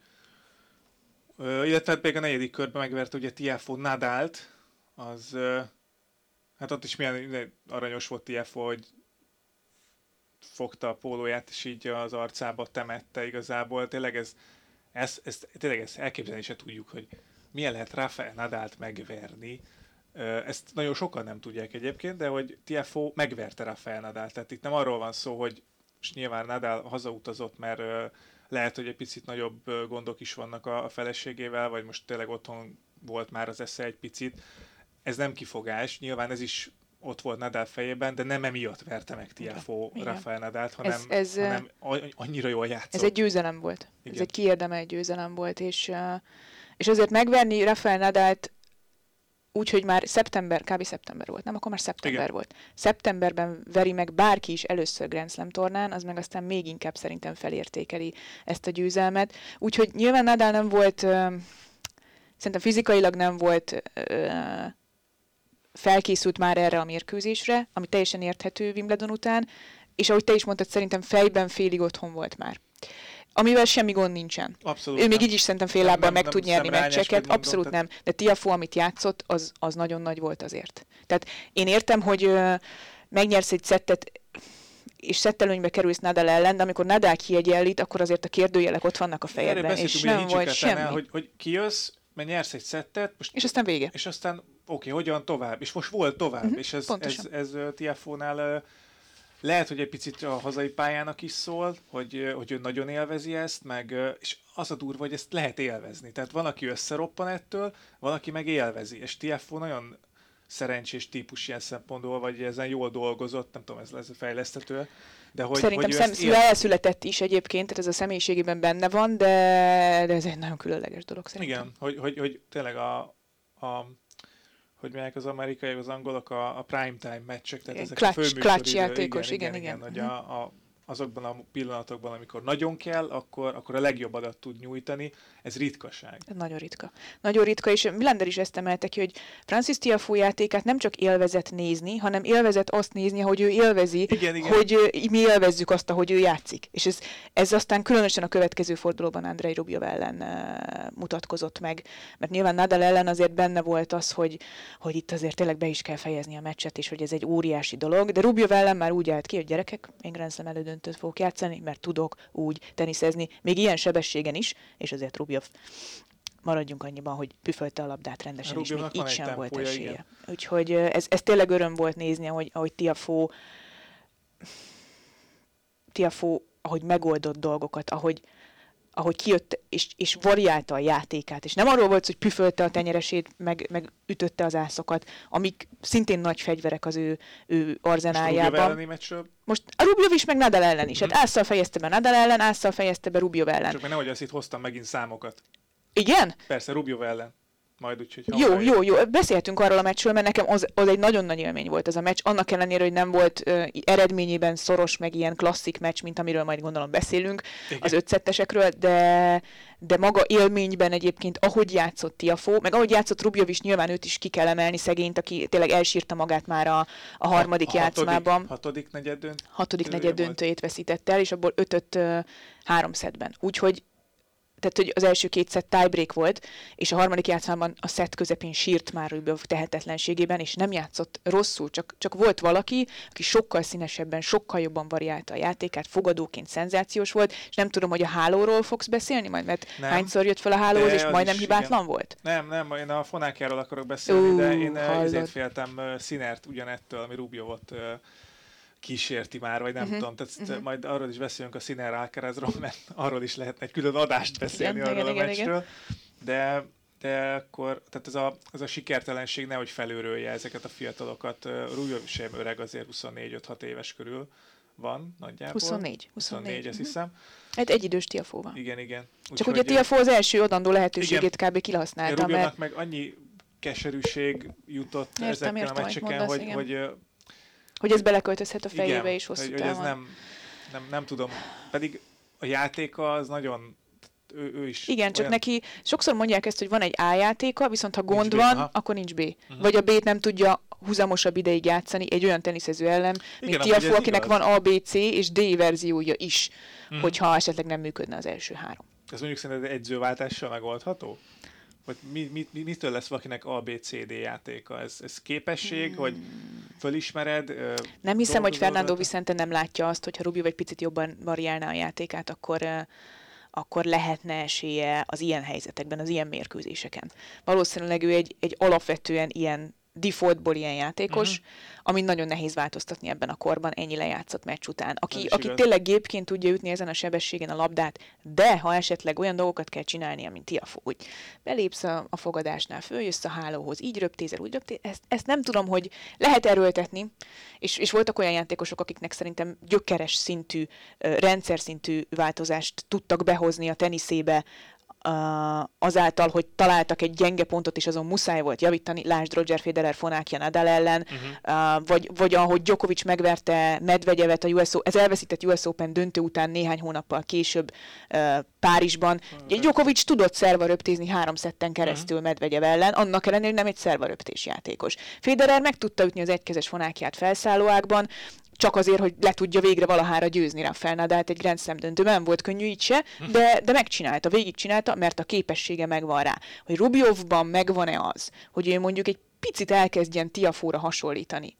Speaker 1: Illetve még a 4. körben megverte ugye Tiafoe Nadalt, az hát ott is milyen aranyos volt Tiafoe, hogy fogta a pólóját, és így az arcába temette igazából. Tényleg ez elképzelni se tudjuk, hogy milyen lehet Rafael Nadalt megverni. Ezt nagyon sokan nem tudják egyébként, de hogy Tiafoe megverte Rafael Nadalt. Tehát itt nem arról van szó, hogy és nyilván Nadal hazautazott, mert lehet, hogy egy picit nagyobb gondok is vannak a feleségével, vagy most tényleg otthon volt már az esze egy picit. Ez nem kifogás, nyilván ez is ott volt Nadal fejében, de nem emiatt verte meg Tiafoe Rafael Nadalt, hanem annyira jól játszott.
Speaker 2: Ez egy győzelem volt. Igen. Ez egy kiérdemelt győzelem volt, és azért megverni Rafael Nadalt úgyhogy már kb. Szeptember volt, nem? Akkor már szeptember Igen. volt. Szeptemberben veri meg bárki is először Grand Slam tornán, az meg aztán még inkább szerintem felértékeli ezt a győzelmet. Úgyhogy nyilván Nadal nem volt, szerintem fizikailag nem volt felkészült már erre a mérkőzésre, ami teljesen érthető Wimbledon után, és ahogy te is mondtad, szerintem fejben félig otthon volt már. Amivel semmi gond nincsen.
Speaker 1: Abszolút
Speaker 2: ő még így is szerintem fél lábbal meg tud nyerni meccseket. Abszolút nem. De Tiafoe, amit játszott, az nagyon nagy volt azért. Tehát én értem, hogy megnyersz egy szettet, és szettelőnybe kerülsz Nadal ellen, de amikor Nadal kiegyenlít, akkor azért a kérdőjelek ott vannak a fejedben.
Speaker 1: És nem volt semmi. Hogy kijössz, mert nyersz egy szettet,
Speaker 2: és aztán vége.
Speaker 1: És aztán oké, hogyan tovább? És most volt tovább, és ez Tiafónál lehet, hogy egy picit a hazai pályának is szól, hogy ő nagyon élvezi ezt, meg, és az a durva, hogy ezt lehet élvezni. Tehát van, aki összeroppan ettől, van, aki meg élvezi, és Tiafó nagyon szerencsés típus ilyen szempontból, vagy ezen jól dolgozott, nem tudom, ez lesz fejlesztető. De hogy,
Speaker 2: szerintem elszületett is egyébként, tehát ez a személyiségében benne van, de ez egy nagyon különleges dolog szerintem.
Speaker 1: Igen, hogy tényleg hogy melyek az amerikaiak, az angolok a prime time meccsek, tehát ezek a
Speaker 2: clutch játékos, igen.
Speaker 1: Hogy azokban a pillanatokban, amikor nagyon kell, akkor a legjobb adat tud nyújtani. Ez ritkaság.
Speaker 2: Nagyon ritka. Nagyon ritka, és Blender is ezt emelte ki, hogy Francis Tiafoe játékát nem csak élvezett nézni, hanem élvezett azt nézni, hogy ő élvezi,
Speaker 1: igen.
Speaker 2: hogy mi élvezzük azt, ahogy ő játszik. És ez aztán különösen a következő fordulóban Andrei Rublev ellen mutatkozott meg. Mert nyilván Nadal ellen azért benne volt az, hogy itt azért tényleg be is kell fejezni a meccset, és hogy ez egy óriási dolog. De Rublev ellen már úgy állt ki, hogy gyerekek, én Grand Slam elődöntőt fogok játszani, mert tudok úgy teniszezni, még ilyen sebességen is, és azért Rublev, maradjunk annyiban, hogy püfölte a labdát rendesen, és még így sem volt esélye. Igen. Úgyhogy ez tényleg öröm volt nézni, ahogy Tiafoe, ahogy megoldott dolgokat, ahogy kijött és variálta a játékát. És nem arról volt, hogy püfölte a tenyeresét, meg ütötte az ászokat, amik szintén nagy fegyverek az ő arzenáljában. Most a Rublev is, meg Nadal ellen is. Hát ásszal fejezte be Nadal ellen, ásszal fejezte be Rublev ellen.
Speaker 1: Csak meg nehogy azt itt hoztam megint számokat.
Speaker 2: Igen?
Speaker 1: Persze, Rublev ellen. Majd úgy, hogy
Speaker 2: jó. Beszélhetünk arról a meccsről, mert nekem az egy nagyon nagy élmény volt ez a meccs. Annak ellenére, hogy nem volt eredményében szoros, meg ilyen klasszik meccs, mint amiről majd gondolom beszélünk, igen, az 5-szettesekről, de maga élményben egyébként, ahogy játszott Tiafoe, meg ahogy játszott Rublev is, nyilván őt is ki kell emelni, szegényt, aki tényleg elsírta magát már a harmadik játszmában.
Speaker 1: Hatodik
Speaker 2: negyed döntőjét veszített el, és abból 5-öt 3 szettben. Úgyhogy tehát, hogy az első 2 szett tiebreak volt, és a harmadik játszmában a szett közepén sírt már Rublev tehetetlenségében, és nem játszott rosszul, csak volt valaki, aki sokkal színesebben, sokkal jobban variálta a játékát, fogadóként szenzációs volt, és nem tudom, hogy a hálóról fogsz beszélni majd, mert hányszor jött fel a hálóhoz, és majdnem hibátlan
Speaker 1: igen.
Speaker 2: volt?
Speaker 1: Nem, én a Fonákjáról akarok beszélni, de én ezért féltem Sinert ugyanettől, ami Rublevot kísérti már, vagy nem tudom, tehát majd arról is beszélünk a Sinner Alcarazról, mert arról is lehetne egy külön adást beszélni arról a meccsről, de akkor, tehát ez a sikertelenség nehogy felőrölje ezeket a fiatalokat. Rublev sem öreg, azért 24-5-6 éves körül van nagyjából. 24, ezt hiszem.
Speaker 2: Egy idős Tiafoe van.
Speaker 1: Igen.
Speaker 2: Csak ugye Tiafoe az első adandó lehetőségét kb. Kihasználta.
Speaker 1: Rublevnak meg annyi keserűség jutott ezekkel a meccseken,
Speaker 2: hogy ez beleköltözhet a fejébe is hosszú távon.
Speaker 1: Hogy ez nem tudom. Pedig a játéka az nagyon... Ő is
Speaker 2: igen, csak neki sokszor mondják ezt, hogy van egy A játéka, viszont ha gond van, akkor nincs B. Vagy a B-t nem tudja huzamosabb ideig játszani egy olyan teniszező ellen, mint Tiafoe, akinek van A, B, C és D verziója is, hogyha esetleg nem működne az első 3.
Speaker 1: Ez mondjuk szerinted edzőváltással megoldható? Vagy mitől lesz valakinek A, B, C, D játéka? Ez képesség, hogy fölismered?
Speaker 2: Nem hiszem, hogy Fernando Vicente nem látja azt, hogyha Rublev egy picit jobban variálná a játékát, akkor lehetne esélye az ilyen helyzetekben, az ilyen mérkőzéseken. Valószínűleg ő egy alapvetően ilyen defaultból ilyen játékos, amit nagyon nehéz változtatni ebben a korban ennyi lejátszott meccs után. Aki tényleg gépként tudja ütni ezen a sebességen a labdát, de ha esetleg olyan dolgokat kell csinálnia, mint Tiafoe, hogy belépsz a fogadásnál, följössz a hálóhoz, így röptézel, úgy röptézel, ezt nem tudom, hogy lehet erőltetni, és voltak olyan játékosok, akiknek szerintem gyökeres szintű, rendszer szintű változást tudtak behozni a teniszébe, azáltal, hogy találtak egy gyenge pontot, és azon muszáj volt javítani, lásd Roger Federer Fonákja Nadal ellen, vagy ahogy Djokovic megverte Medvegyevet ez elveszített US Open döntő után néhány hónappal később Párizsban. Djokovic tudott szervaröptézni 3 szetten keresztül Medvegyev ellen, annak ellenére, hogy nem egy szervaröptés játékos. Federer meg tudta ütni az egykezes Fonákját felszállóákban, csak azért, hogy le tudja végre valahára győzni Rafael Nadalt egy Grand Slam döntőben, nem volt könnyű így se, de megcsinálta, végigcsinálta, mert a képessége megvan rá. Hogy Rublevban megvan-e az, hogy ő mondjuk egy picit elkezdjen Tiafoe-ra hasonlítani?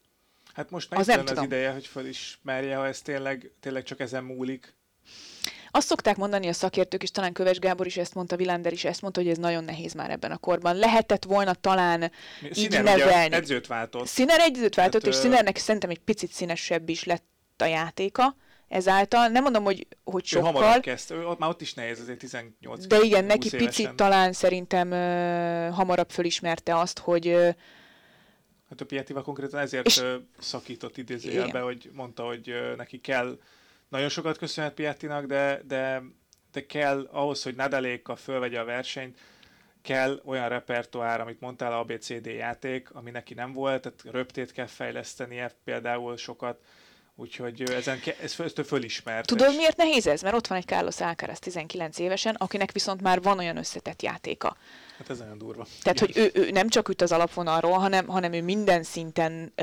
Speaker 1: Hát most meg az ideje, hogy felismerje, ha ez tényleg csak ezen múlik.
Speaker 2: Azt szokták mondani a szakértők, és talán Köves Gábor is ezt mondta, Vilander is ezt mondta, hogy ez nagyon nehéz már ebben a korban. Lehetett volna talán így nevelni.
Speaker 1: Edzőt váltott.
Speaker 2: Színer edzőt váltott, és Színernek szerintem egy picit színesebb is lett a játéka ezáltal. Nem mondom, hogy sokkal.
Speaker 1: Ő hamarabb kezdte, már ott is nehéz, azért 18.
Speaker 2: De igen, neki picit talán szerintem hamarabb fölismerte azt, hogy...
Speaker 1: Hát a Piettival konkrétan ezért szakított idézőjelbe, hogy mondta, hogy neki kell, nagyon sokat köszönhet Piettinak, de kell ahhoz, hogy Nadalékkal fölvegye a versenyt, kell olyan repertoár, amit mondtál, ABCD játék, ami neki nem volt, tehát röptét kell fejlesztenie például sokat, úgyhogy ezt fölismert.
Speaker 2: Tudod, miért nehéz ez? Mert ott van egy Carlos Alcaraz 19 évesen, akinek viszont már van olyan összetett játéka.
Speaker 1: Hát ez nagyon durva.
Speaker 2: Tehát, hogy ő nem csak üt az alapvonalról, hanem ő minden szinten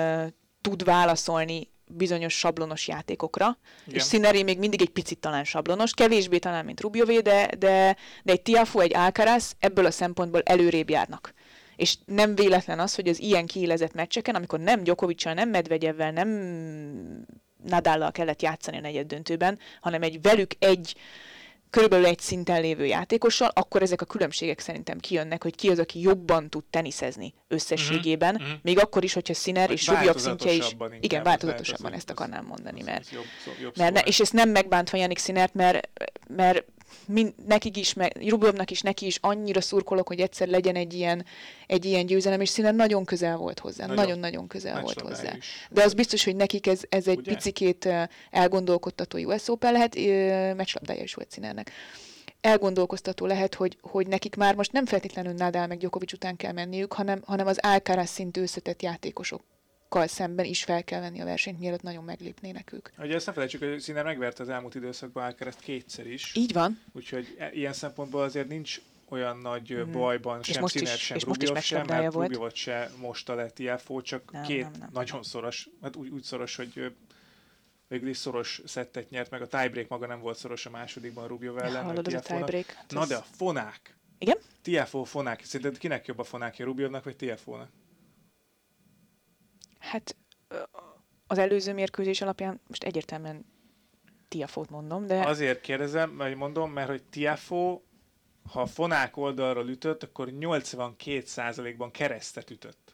Speaker 2: tud válaszolni bizonyos sablonos játékokra, igen. És Sinner még mindig egy picit talán sablonos, kevésbé talán, mint Rublevé, de egy Tiafoe, egy Alcaraz ebből a szempontból előrébb járnak. És nem véletlen az, hogy az ilyen kiélezett meccseken, amikor nem Djokoviccal, nem Medvegyevvel, nem Nadállal kellett játszani a negyeddöntőben, hanem körülbelül egy szinten lévő játékossal, akkor ezek a különbségek szerintem kijönnek, hogy ki az, aki jobban tud teniszezni összességében, még akkor is, hogyha Sinner és Rublev szintje is... Igen, változatosabban ezt akarnám mondani, mert és ezt nem megbántva Jannik Sinnert, mert nekik is, Rublevnak is, neki is annyira szurkolok, hogy egyszer legyen egy ilyen győzelem, és Sinner nagyon közel volt hozzá. Nagyon-nagyon közel volt hozzá. De az biztos, hogy nekik ez egy picikét elgondolkodtató US Open lehet, meccslabdája is volt Sinnernek. Elgondolkoztató lehet, hogy nekik már most nem feltétlenül Nadal meg Djokovic után kell menniük, hanem az Alcaraz szintű összetett játékosok szemben is fel kell venni a versenyt, mielőtt nagyon meglépnének ők.
Speaker 1: Ugye ezt ne felejtsük, hogy Sinner megverte az elmúlt időszakban Alcarazt kétszer is.
Speaker 2: Így van.
Speaker 1: Úgyhogy ilyen szempontból azért nincs olyan nagy bajban sem Sinner, sem Rublev sem, mert Rublevot se mosta le Tiafoe, csak nem. Nagyon szoros, hát úgy szoros, hogy végül is szoros szettet nyert, meg a tiebreak maga nem volt szoros a másodikban Rublev ellen.
Speaker 2: Hallod, az a tiebreak.
Speaker 1: Na de a fonák.
Speaker 2: Igen?
Speaker 1: Tiafoe, fonák. Szerinted kinek jobb a fonákja, Rublevnak vagy Tiafoe-nak?
Speaker 2: Hát az előző mérkőzés alapján most egyértelműen Tiafoe-t mondom, de...
Speaker 1: Azért kérdezem, vagy mondom, mert hogy Tiafoe, ha a fonák oldalról ütött, akkor 82%-ban keresztet ütött.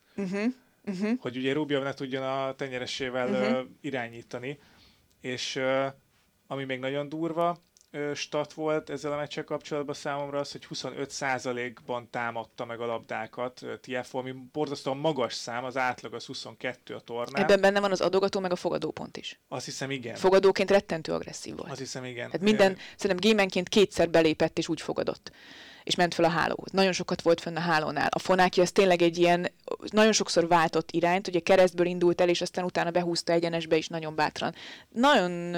Speaker 1: Hogy ugye Rublev ne tudjon a tenyeresével irányítani. És ami még nagyon durva stat volt ezzel a meccsel kapcsolatban számomra az, hogy 25%-ban támadta meg a labdákat Tiafoe, ami borzasztóan magas szám, az átlag az 22 a tornán.
Speaker 2: Ebben benne van az adogató meg a fogadópont is.
Speaker 1: Azt hiszem, igen.
Speaker 2: Fogadóként rettentő agresszív volt.
Speaker 1: Azt hiszem, igen.
Speaker 2: Tehát szerintem gémenként kétszer belépett és úgy fogadott. És ment fel a hálóhoz. Nagyon sokat volt fönn a hálónál. A fonákja az tényleg egy ilyen, nagyon sokszor váltott irányt, ugye keresztből indult el, és aztán utána behúzta egyenesbe is nagyon bátran. Nagyon...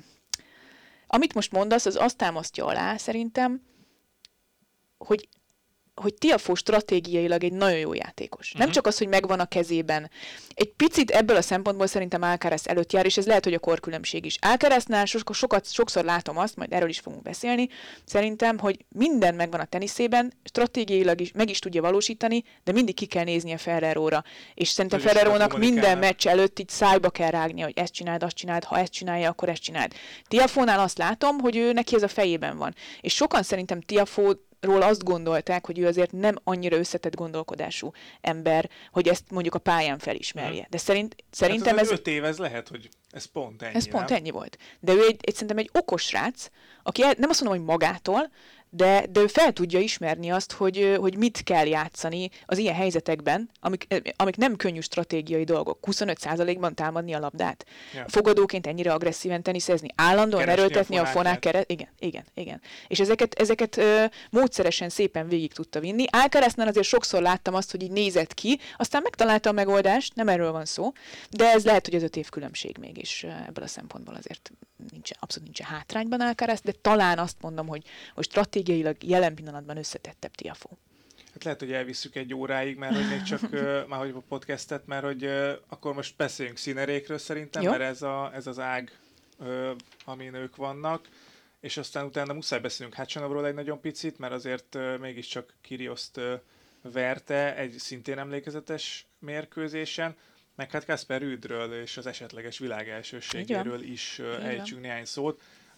Speaker 2: Amit most mondasz, az azt támasztja alá szerintem, hogy Tiafoe stratégiailag egy nagyon jó játékos. Nem csak az, hogy megvan a kezében. Egy picit ebből a szempontból szerintem Alcaraz előtt jár, és ez lehet, hogy a korkülönbség is. Alcaraznál sokszor látom azt, majd erről is fogunk beszélni, szerintem, hogy minden megvan a teniszében, stratégiailag is meg is tudja valósítani, de mindig ki kell néznie Ferreróra. És szerintem Ferrerónak minden meccs előtt így szájba kell rágnia, hogy ezt csináld, azt csináld, ha ezt csinálja, akkor ezt csináld. Tiafoe-nál azt látom, hogy ő neki ez a fejében van. És sokan szerintem Tiafoe-ról azt gondolták, hogy ő azért nem annyira összetett gondolkodású ember, hogy ezt mondjuk a pályán felismerje. De szerintem
Speaker 1: hát ez 5 év, ez lehet, hogy ez pont ennyi.
Speaker 2: Ez pont ennyi volt. De ő szerintem egy okos srác, aki nem azt mondom, hogy magától, de ő fel tudja ismerni azt, hogy mit kell játszani az ilyen helyzetekben, amik nem könnyű stratégiai dolgok. 25%-ban támadni a labdát. Ja. Fogadóként ennyire agresszíven teniszezni, állandóan erőltetni a fonák keret. Igen. És ezeket módszeresen szépen végig tudta vinni. Alcaraznál azért sokszor láttam azt, hogy így nézett ki, aztán megtalálta a megoldást, nem erről van szó, de ez lehet, hogy az 5 év különbség mégis ebből a szempontból azért abszolút nincs hátrányban Alcaraz, de talán azt mondom, hogy stratégiailag jelen pillanatban összetettebb Tiafoe.
Speaker 1: Hát lehet, hogy elvisszük egy óráig, mert hogy még csak már hogy a podcastet, mert hogy akkor most beszéljünk Sinnerékről szerintem, jó? Mert ez az ág, amin ők vannak, és aztán utána muszáj beszélnünk Khachanovról egy nagyon picit, mert azért mégiscsak Kyrgioszt verte egy szintén emlékezetes mérkőzésen, meg hát Casper Ruudről és az esetleges világelsőségéről is ejtsünk néhány szót.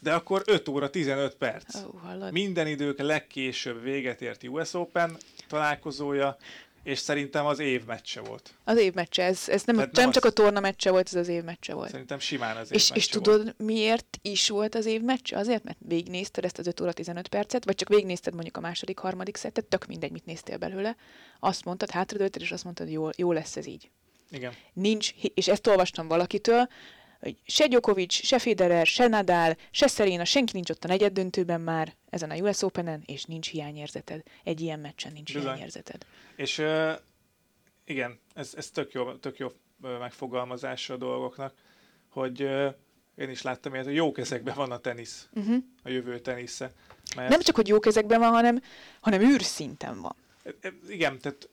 Speaker 1: De akkor 5 óra 15 perc. Minden idők legkésőbb véget ért US Open találkozója, és szerintem az év meccse volt.
Speaker 2: Az év meccse, ez nem csak a torna meccse volt, ez az év meccse volt.
Speaker 1: Szerintem simán az év meccse
Speaker 2: és tudod, miért is volt az év meccse? Azért, mert végignézted ezt az 5 óra 15 percet, vagy csak végignézted mondjuk a második, harmadik szettet, tök mindegy, mit néztél belőle. Azt mondtad, hátradőlted, és azt mondtad, jó lesz ez így.
Speaker 1: Igen.
Speaker 2: Nincs, és ezt olvastam valakitől, hogy se Djokovic, se Federer, se Nadal, se Serena, senki nincs ott a negyeddöntőben már ezen a US Openen, és nincs hiányérzeted. Egy ilyen meccsen nincs hiányérzeted.
Speaker 1: És igen, ez tök jó megfogalmazása a dolgoknak, hogy én is láttam ilyet, hogy jó kezekben van a tenisz, a jövő tenisze.
Speaker 2: Mert nem csak, hogy jó kezekben van, hanem űrszinten van.
Speaker 1: Igen, tehát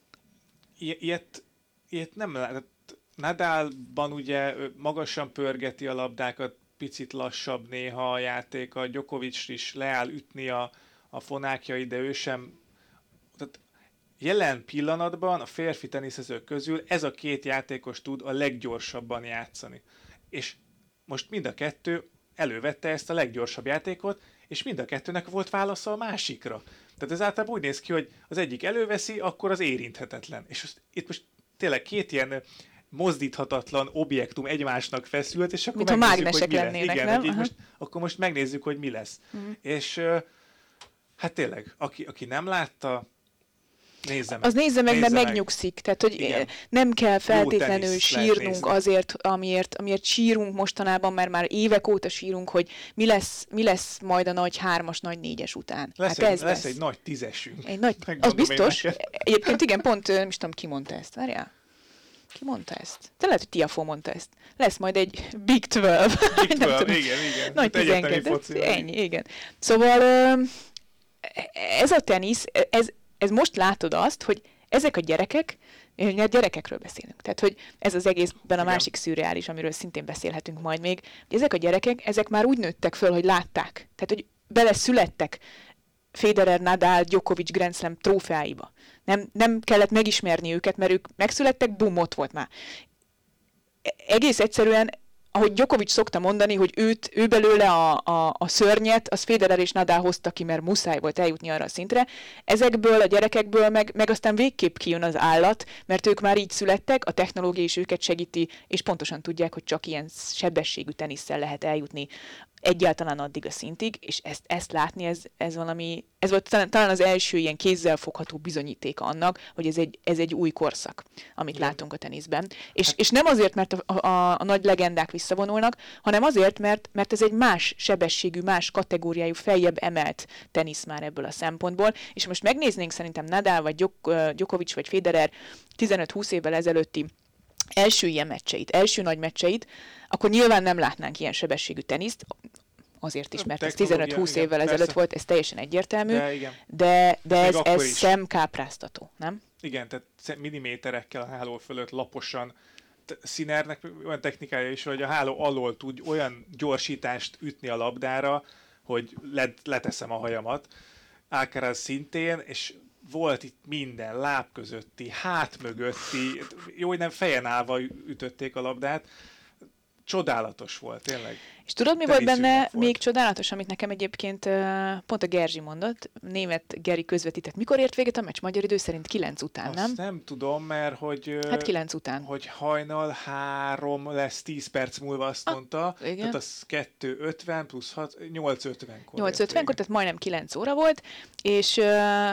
Speaker 1: ilyet nem lehet. Nadalban ugye magasan pörgeti a labdákat, picit lassabb néha a játék, a Djokovic is leáll ütni a fonákjait, de ő sem. Tehát jelen pillanatban a férfi teniszezők közül ez a két játékos tud a leggyorsabban játszani. És most mind a kettő elővette ezt a leggyorsabb játékot, és mind a kettőnek volt válasza a másikra. Tehát ez általában úgy néz ki, hogy az egyik előveszi, akkor az érinthetetlen. És itt most tényleg két ilyen mozdíthatatlan objektum egymásnak feszült, és akkor megnézzük, hogy mi lesz. Igen, hogy akkor most megnézzük, hogy mi lesz. És hát tényleg, aki nem látta, nézze meg.
Speaker 2: Az nézze meg, mert megnyugszik. Tehát, hogy igen, nem kell feltétlenül sírnunk azért, amiért sírunk mostanában, mert már évek óta sírunk, hogy mi lesz majd a nagy 3-as, nagy 4-es után.
Speaker 1: Lesz egy nagy 10-esünk.
Speaker 2: Az biztos. Egyébként igen, pont, nem is tudom, ki mondta ezt. Várjál. Ki mondta ezt? De lehet, hogy Tiafoe mondta ezt. Lesz majd egy Big 12.
Speaker 1: Big 12, igen.
Speaker 2: Nagy 12. Ennyi, igen. Szóval ez a tenisz, ez most látod azt, hogy ezek a gyerekekről beszélünk. Tehát, hogy ez az egészben a másik szürreális, amiről szintén beszélhetünk majd még, hogy ezek a gyerekek, ezek már úgy nőttek föl, hogy látták. Tehát, hogy beleszülettek Federer, Nadal, Djokovic Grand Slam trófeáiba. Nem kellett megismerni őket, mert ők megszülettek, bum, ott volt már. Egész egyszerűen, ahogy Djokovic szokta mondani, hogy ő belőle a szörnyet, az Federer és Nadal hozta ki, mert muszáj volt eljutni arra a szintre. Ezekből a gyerekekből meg aztán végképp kijön az állat, mert ők már így születtek, a technológia is őket segíti, és pontosan tudják, hogy csak ilyen sebességű tenisszel lehet eljutni egyáltalán addig a szintig, és ezt látni, ez volt talán az első ilyen kézzelfogható bizonyítéka annak, hogy ez egy új korszak, amit látunk a teniszben. És nem azért, mert a nagy legendák visszavonulnak, hanem azért, mert ez egy más sebességű, más kategóriájú, feljebb emelt tenisz már ebből a szempontból. És most megnéznénk szerintem Nadal, vagy Djokovic, vagy Federer 15-20 évvel ezelőtti első ilyen meccseit, első nagy meccseit, akkor nyilván nem látnánk ilyen sebességű teniszt, azért is, mert ez 15-20 évvel ezelőtt volt, ez teljesen egyértelmű, de ez szemkápráztató, nem?
Speaker 1: Igen, tehát milliméterekkel a háló fölött laposan. Sinnernek olyan technikája is, hogy a háló alól tud olyan gyorsítást ütni a labdára, hogy leteszem a hajamat. Alcaraz szintén, és volt itt minden, láb közötti, hát mögötti, jó, hogy nem fejen állva ütötték a labdát. Csodálatos volt, tényleg.
Speaker 2: És tudod, mi volt benne még csodálatos, amit nekem egyébként pont a Gerzsi mondott, német Geri közvetített. Mikor ért véget a meccs? Magyar idő szerint 9 után, nem?
Speaker 1: Azt nem tudom, mert hogy...
Speaker 2: Hát 9 után.
Speaker 1: Hogy hajnal 3 lesz 10 perc múlva, azt mondta.
Speaker 2: Igen.
Speaker 1: Tehát az 2:50 plusz 6, 8:50-kor.
Speaker 2: 8:50-kor, tehát majdnem 9 óra volt, és...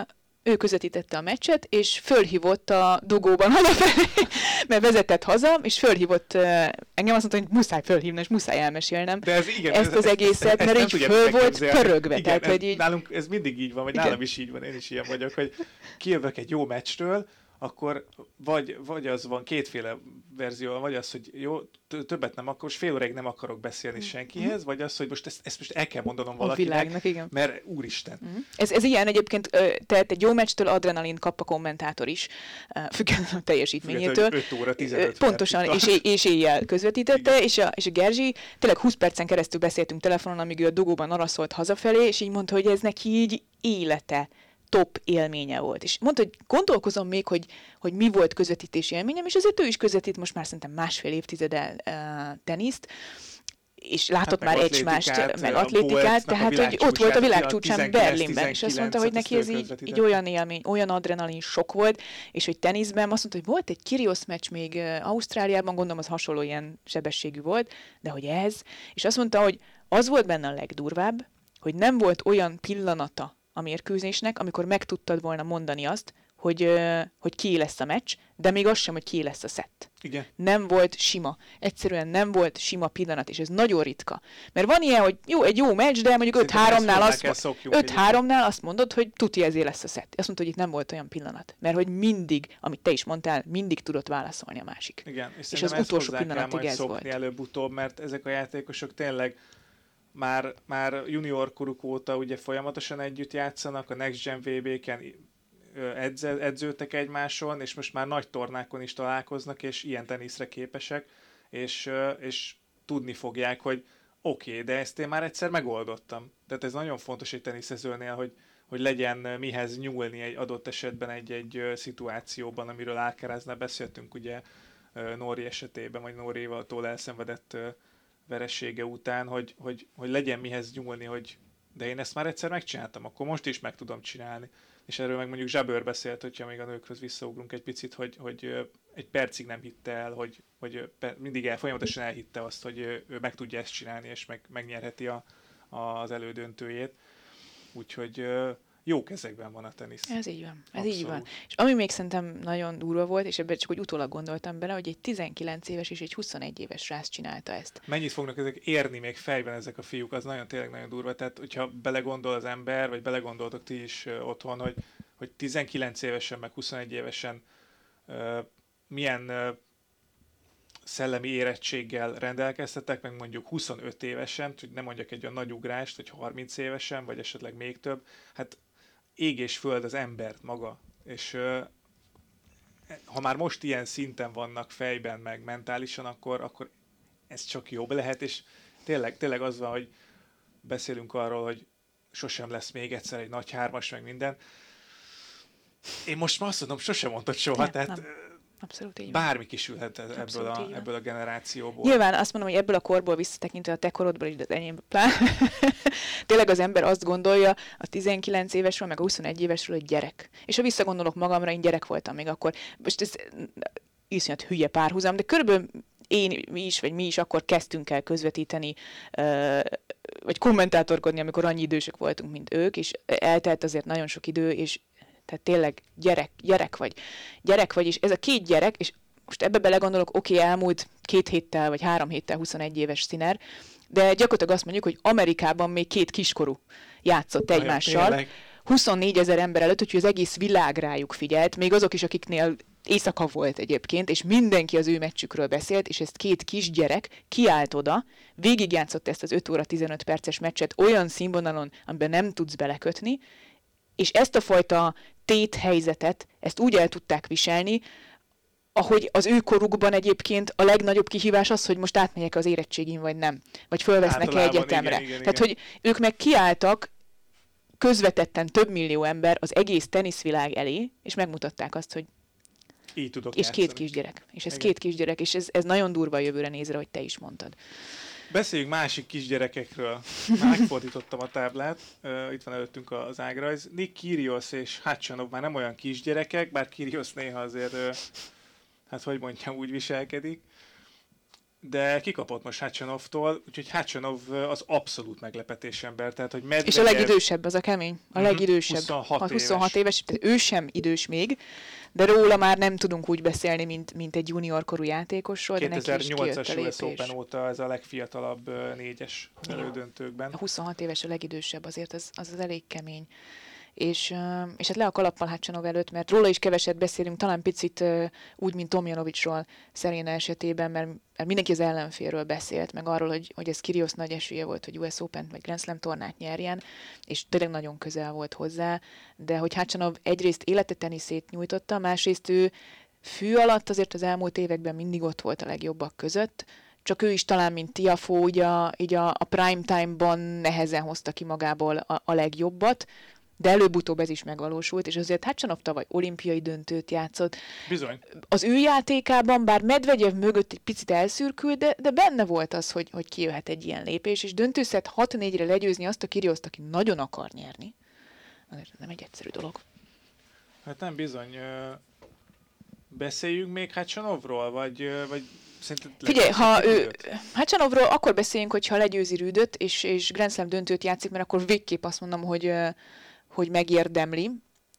Speaker 2: ő közvetítette a meccset, és fölhívott a dugóban hazafelé, mert vezetett haza, és fölhívott, engem azt mondta, hogy muszáj fölhívni, és muszáj elmesélnem ezt az egészet, mert így föl volt pörögve.
Speaker 1: Igen, tehát, hogy így... Nálunk ez mindig így van, vagy nálam is így van, én is ilyen vagyok, hogy kijövök egy jó meccsről, akkor vagy az van, kétféle verzió, vagy az, hogy jó, többet nem akkor, most fél óráig nem akarok beszélni senkihez, vagy az, hogy most ezt most el kell mondanom valakinek,
Speaker 2: igen.
Speaker 1: mert úristen.
Speaker 2: Ez ilyen egyébként, tehát egy jó meccstől adrenalin kap a kommentátor is, függetlenül a teljesítményétől.
Speaker 1: 5 óra 15
Speaker 2: pontosan, és éjjel közvetítette, és a Gerzsi, tényleg 20 percen keresztül beszéltünk telefonon, amíg ő a dugóban araszolt hazafelé, és így mondta, hogy ez neki így élete top élménye volt. És mondta, hogy gondolkozom még, hogy mi volt közvetítési élményem, és azért ő is közvetít most már szerintem 1,5 évtizede teniszt, és látott már egymást, meg atlétikát, tehát hogy ott volt a világcsúcsán Berlinben, és azt mondta, hogy neki ez így olyan élmény, olyan adrenalin sok volt, és hogy teniszben azt mondta, hogy volt egy Kyrgios meccs még Ausztráliában, gondolom az hasonló ilyen sebességű volt, de hogy ez, és azt mondta, hogy az volt benne a legdurvább, hogy nem volt olyan pillanata a mérkőzésnek, amikor meg tudtad volna mondani azt, hogy ki lesz a meccs, de még az sem, hogy ki lesz a szett.
Speaker 1: Igen.
Speaker 2: Nem volt sima. Egyszerűen nem volt sima pillanat, és ez nagyon ritka. Mert van ilyen, hogy egy jó meccs, de mondjuk 5-3-nál azt mondod, hogy tuti ezért lesz a szett. Azt mondta, hogy itt nem volt olyan pillanat. Mert hogy mindig, amit te is mondtál, mindig tudott válaszolni a másik.
Speaker 1: Igen.
Speaker 2: És az utolsó pillanatig ez volt.
Speaker 1: Előbb-utóbb, mert ezek a játékosok tényleg már junior koruk óta ugye folyamatosan együtt játszanak, a Next Gen VB-ken edződtek egymáson, és most már nagy tornákon is találkoznak, és ilyen teniszre képesek, és tudni fogják, hogy oké, de ezt én már egyszer megoldottam. Tehát ez nagyon fontos egy teniszezőnél, hogy legyen mihez nyúlni egy adott esetben egy szituációban, amiről Alcaraznál beszéltünk ugye Norrie esetében, vagy Norrie-tól elszenvedett veresége után, hogy legyen mihez nyúlni, hogy de én ezt már egyszer megcsináltam, akkor most is meg tudom csinálni. És erről meg mondjuk Jabeur beszélt, hogyha még a nőkhöz visszaugrunk egy picit, hogy egy percig nem hitte el, hogy mindig folyamatosan elhitte azt, hogy ő meg tudja ezt csinálni, és megnyerheti az elődöntőjét. Úgyhogy jó kezekben van a tenisz.
Speaker 2: Ez így van. Ez így van. És ami még szerintem nagyon durva volt, és ebben csak úgy utólag gondoltam bele, hogy egy 19 éves és egy 21 éves srác csinálta ezt.
Speaker 1: Mennyit fognak ezek érni még fejben ezek a fiúk, az tényleg nagyon durva. Tehát, hogyha belegondol az ember, vagy belegondoltok ti is otthon, hogy 19 évesen, meg 21 évesen milyen szellemi érettséggel rendelkeztetek, meg mondjuk 25 évesen, hogy nem mondjak egy olyan nagy ugrást, hogy 30 évesen, vagy esetleg még több, hát ég és föld az embert maga, és ha már most ilyen szinten vannak fejben, meg mentálisan, akkor ez csak jobb lehet, és tényleg az van, hogy beszélünk arról, hogy sosem lesz még egyszer egy nagy hármas, meg minden. Én most már azt mondom, sosem mondtad soha,
Speaker 2: nem,
Speaker 1: tehát
Speaker 2: nem. Abszolút így
Speaker 1: bármi kisülhet ebből a generációból.
Speaker 2: Nyilván azt mondom, hogy ebből a korból visszatekintve a te korodból is, de az enyémbe pláne. Tényleg az ember azt gondolja a 19 évesről, meg a 21 évesről, hogy gyerek. És ha visszagondolok magamra, én gyerek voltam még akkor. Most ez iszonyat hülye párhuzam, de körülbelül mi is akkor kezdtünk el közvetíteni, vagy kommentátorkodni, amikor annyi idősek voltunk, mint ők, és eltelt azért nagyon sok idő, és tehát tényleg gyerek vagy, és ez a két gyerek, és most ebbe belegondolok, oké, elmúlt 2 héttel, vagy 3 héttel 21 éves Sinner, de gyakorlatilag azt mondjuk, hogy Amerikában még 2 kiskorú játszott egymással, 24 000 ember előtt, úgyhogy az egész világ rájuk figyelt, még azok is, akiknél éjszaka volt egyébként, és mindenki az ő meccsükről beszélt, és ezt 2 kisgyerek kiállt oda, végigjátszott ezt az 5 óra 15 perces meccset olyan színvonalon, amiben nem tudsz belekötni, és ezt a fajta téthelyzetet, ezt úgy el tudták viselni, ahogy az ő korukban egyébként a legnagyobb kihívás az, hogy most átmegyek az érettségin, vagy nem. Vagy fölvesznek-e egyetemre.
Speaker 1: Igen.
Speaker 2: Tehát, hogy ők meg kiálltak közvetetten több millió ember az egész teniszvilág elé, és megmutatták azt, hogy
Speaker 1: így tudok
Speaker 2: és
Speaker 1: játszani.
Speaker 2: 2 kisgyerek. És ez 2 kisgyerek, és ez nagyon durva a jövőre nézve, hogy te is mondtad.
Speaker 1: Beszéljünk másik kisgyerekekről. Megfordítottam a táblát, itt van előttünk az ágrajz. Nick Kyrgios és Khachanov már nem olyan kisgyerekek, bár Kyrgios néha azért, hát hogy mondjam, úgy viselkedik. De kikapott most Khachanovtól, úgyhogy Khachanov az abszolút meglepetés ember. Tehát, hogy Medvedev...
Speaker 2: És a legidősebb, az a kemény. A legidősebb.
Speaker 1: 26
Speaker 2: éves. Tehát ő sem idős még, de róla már nem tudunk úgy beszélni, mint egy junior korú játékosról.
Speaker 1: 2008-as US Open óta ez a legfiatalabb 4-es elődöntőkben.
Speaker 2: A 26 éves a legidősebb, azért az elég kemény. És hát le a kalappal Khachanov előtt, mert róla is keveset beszélünk, talán picit úgy, mint Tomjanovicsról Serena esetében, mert mindenki az ellenfélről beszélt, meg arról, hogy ez Kyrgios nagy esélye volt, hogy US Open vagy Grand Slam tornát nyerjen, és tényleg nagyon közel volt hozzá, de hogy Khachanov egyrészt élete teniszét nyújtotta, másrészt ő fű alatt azért az elmúlt években mindig ott volt a legjobbak között, csak ő is talán, mint Tiafoe, így a prime time-ban nehezen hozta ki magából a legjobbat, de előbb-utóbb ez is megvalósult, és azért Khachanov tavaly olimpiai döntőt játszott.
Speaker 1: Bizony.
Speaker 2: Az ő játékában, bár Medvegyev mögött egy picit elszürkült, de benne volt az, hogy kijöhet egy ilyen lépés, és döntőszett 6-4-re legyőzni azt a Kyrgioszt, aki nagyon akar nyerni. Azért nem egy egyszerű dolog.
Speaker 1: Hát nem bizony. Beszéljünk még Khachanovról, vagy
Speaker 2: figyelj, Khachanovról akkor beszéljünk, hogyha legyőzi Rüdöt, és Grand Slam döntőt játszik, mert akkor végképp azt mondom, hogy megérdemli.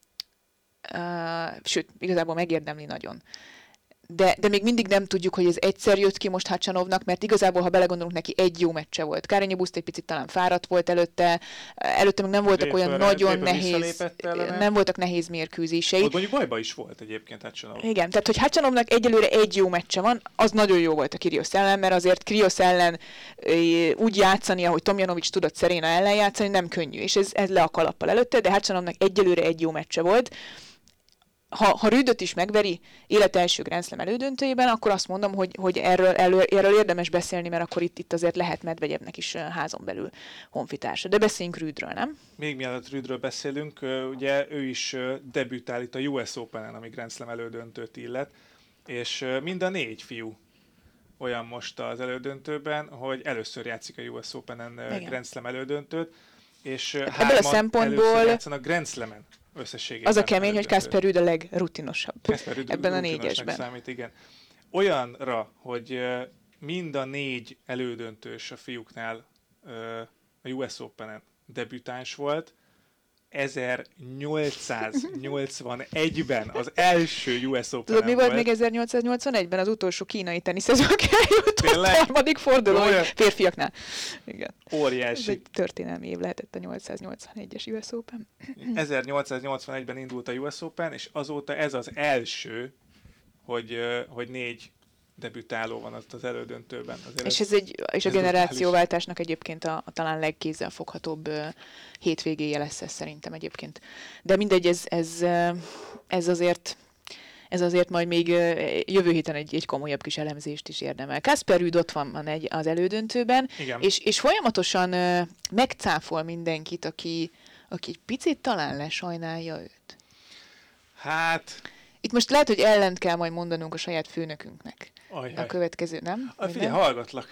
Speaker 2: Sőt, igazából megérdemli nagyon. De még mindig nem tudjuk, hogy ez egyszer jött ki most Khachanovnak, mert igazából, ha belegondolunk, neki egy jó meccse volt. Károlyi Buszt egy picit talán fáradt volt előtte meg nem voltak olyan nagyon nehéz, nem voltak nehéz mérkőzései.
Speaker 1: Ott mondjuk bajba is volt egyébként Khachanov.
Speaker 2: Igen, tehát hogy Khachanovnak egyelőre egy jó meccse van, az nagyon jó volt a Kyrgios ellen, mert azért Kyrgios ellen úgy játszani, ahogy Tomljanovic tudott Serena ellen játszani, nem könnyű, és ez le a kalappal előtte, de Khachanovnak egyelőre egy jó meccse volt. Ha Rüdöt is megveri élet első Grand Slam elődöntőjében, akkor azt mondom, hogy erről érdemes beszélni, mert akkor itt azért lehet Medvegyevnek is házon belül honfitársa. De beszéljünk Rüdről, nem?
Speaker 1: Még mielőtt Rüdről beszélünk, ugye ő is debütál itt a US Open-en, ami Grand Slam elődöntőt illet, és mind a 4 fiú olyan most az elődöntőben, hogy először játszik a US Open-en Grand Slam elődöntőt, és
Speaker 2: ebből a szempontból
Speaker 1: játszanak Grand Slam-en.
Speaker 2: Az a kemény, hogy Casper Ruud a legrutinosabb ebben a 4-esben.
Speaker 1: Számít, igen. Olyanra, hogy mind a 4 elődöntős a fiúknál a US Open-en debütáns volt, 1881-ben az első US Open-en.
Speaker 2: Tudod, mi volt még 1881-ben? Az utolsó kínai teniszező, aki eljutott a harmadik forduló férfiaknál. Igen.
Speaker 1: Óriási.
Speaker 2: Ez egy történelmi év lehetett a 881-es US Open.
Speaker 1: 1881-ben indult a US Open, és azóta ez az első, hogy 4 debütáló van az elődöntőben.
Speaker 2: És a generációváltásnak egyébként a talán legkézzelfoghatóbb hétvégéje lesz ez szerintem egyébként. De mindegy, ez azért majd még jövő héten egy komolyabb kis elemzést is érdemel. Casper Ruud ott van az elődöntőben, és folyamatosan megcáfol mindenkit, aki egy picit talán lesajnálja őt.
Speaker 1: Hát...
Speaker 2: Itt most lehet, hogy ellent kell majd mondanunk a saját főnökünknek. A következő, nem?
Speaker 1: Figyelj, hallgatlak.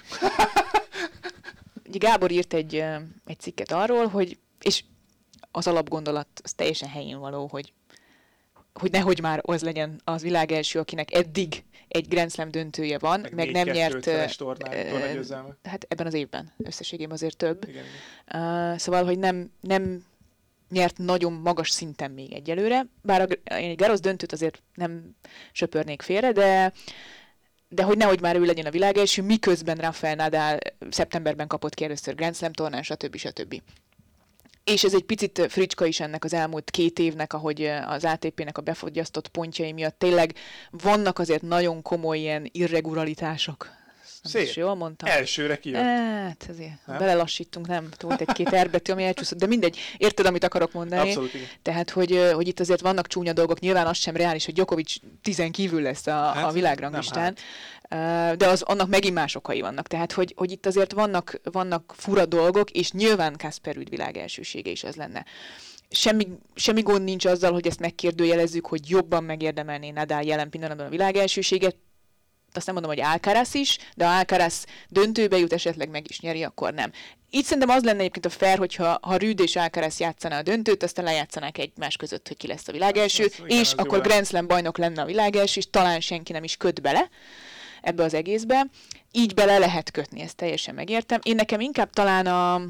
Speaker 2: Gábor írt egy cikket arról, hogy, és az alapgondolat az teljesen helyén való, hogy nehogy már az legyen az világ első, akinek eddig egy Grand Slam döntője van, meg nem nyert... Hát ebben az évben összességében azért több. Igen. Szóval, hogy nem nyert nagyon magas szinten még egyelőre, bár egy Garros döntőt azért nem söpörnék félre, de hogy nehogy már ő legyen a világ első, miközben Rafael Nadal szeptemberben kapott ki először Grand Slam tornán, stb. És ez egy picit fricska is ennek az elmúlt 2 évnek, ahogy az ATP-nek a befogyasztott pontjai miatt tényleg vannak azért nagyon komoly ilyen irregularitások.
Speaker 1: Szép.
Speaker 2: Jól mondtam.
Speaker 1: Elsőre kijött.
Speaker 2: Hát azért belelassítunk, nem? Volt egy-két erbetű, ami elcsúszott, de mindegy. Érted, amit akarok mondani?
Speaker 1: Abszolút, igen.
Speaker 2: Tehát, hogy itt azért vannak csúnya dolgok. Nyilván az sem reális, hogy Djokovic 10 kívül lesz a világranglistán. De annak megint más okai vannak. Tehát, hogy itt azért vannak fura dolgok, és nyilván Casper Ruud világ elsősége is az lenne. Semmi gond nincs azzal, hogy ezt megkérdőjelezzük, hogy jobban megérdemelné Nadal jelen pillanatban a világ elsőséget. Azt nem mondom, hogy Alcaraz is, de ha Alcaraz döntőbe jut, esetleg meg is nyeri, akkor nem. Így szerintem az lenne egyébként a fair, hogyha Ruud és Alcaraz játszaná a döntőt, aztán lejátszanák egymás között, hogy ki lesz a világelső, és akkor Grand Slam bajnok lenne a világelső, és talán senki nem is köt bele ebbe az egészbe. Így bele lehet kötni, ezt teljesen megértem. Én nekem inkább talán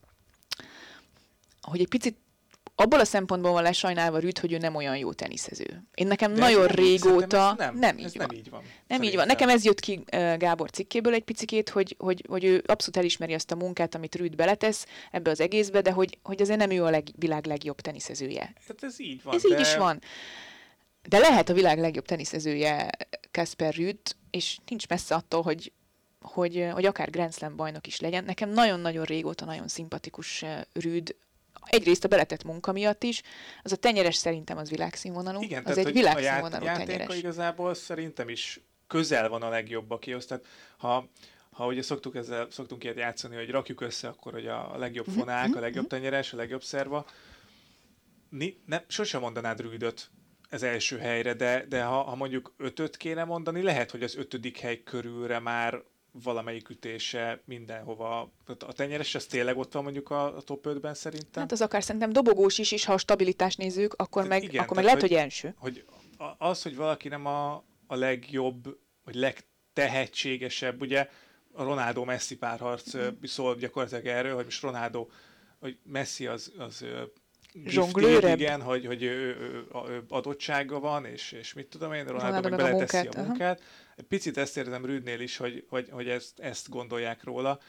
Speaker 2: hogy egy picit abból a szempontból van lesajnálva Ruud, hogy ő nem olyan jó teniszező. Én nekem de nagyon régóta... Nem így van. Nem így van. Nekem ez jött ki Gábor cikkéből egy picikét, hogy ő abszolút elismeri azt a munkát, amit Ruud beletesz ebbe az egészbe, de hogy azért nem ő a világ legjobb teniszezője.
Speaker 1: Tehát ez így van.
Speaker 2: Így is van. De lehet a világ legjobb teniszezője Casper Ruud, és nincs messze attól, hogy akár Grand Slam bajnok is legyen. Nekem nagyon-nagyon régóta nagyon szimpatikus Ruud, egyrészt a beletett munka miatt is, az a tenyeres szerintem az világszínvonalú.
Speaker 1: Igen,
Speaker 2: az
Speaker 1: tehát,
Speaker 2: egy világszínvonalú
Speaker 1: tenyeres. A játéka igazából szerintem is közel van a legjobbakihoz. Tehát ha ugye szoktunk ilyet játszani, hogy rakjuk össze akkor, hogy a legjobb fonák, a legjobb tenyeres, a legjobb szerva. sosem mondanád Rüdöt az első helyre, de ha mondjuk 5-öt kéne mondani, lehet, hogy az 5. hely körülre már valamelyik ütése mindenhova. A tenyeres az tényleg ott van mondjuk a top 5-ben szerintem?
Speaker 2: Hát az akár szerintem dobogós is, és ha a stabilitást nézzük, akkor meg lehet, hogy első.
Speaker 1: Hogy hogy valaki nem a legjobb, vagy legtehetségesebb, ugye a Ronaldo-Messi párharc szól gyakorlatilag erről, hogy most Ronaldo, hogy Messi az
Speaker 2: zsonglőrebb.
Speaker 1: Igen, hogy ő adottsága van, és mit tudom én, Ronaldo meg beleteszi a munkát. Picit ezt érzem Rüdnél is, hogy ezt gondolják róla,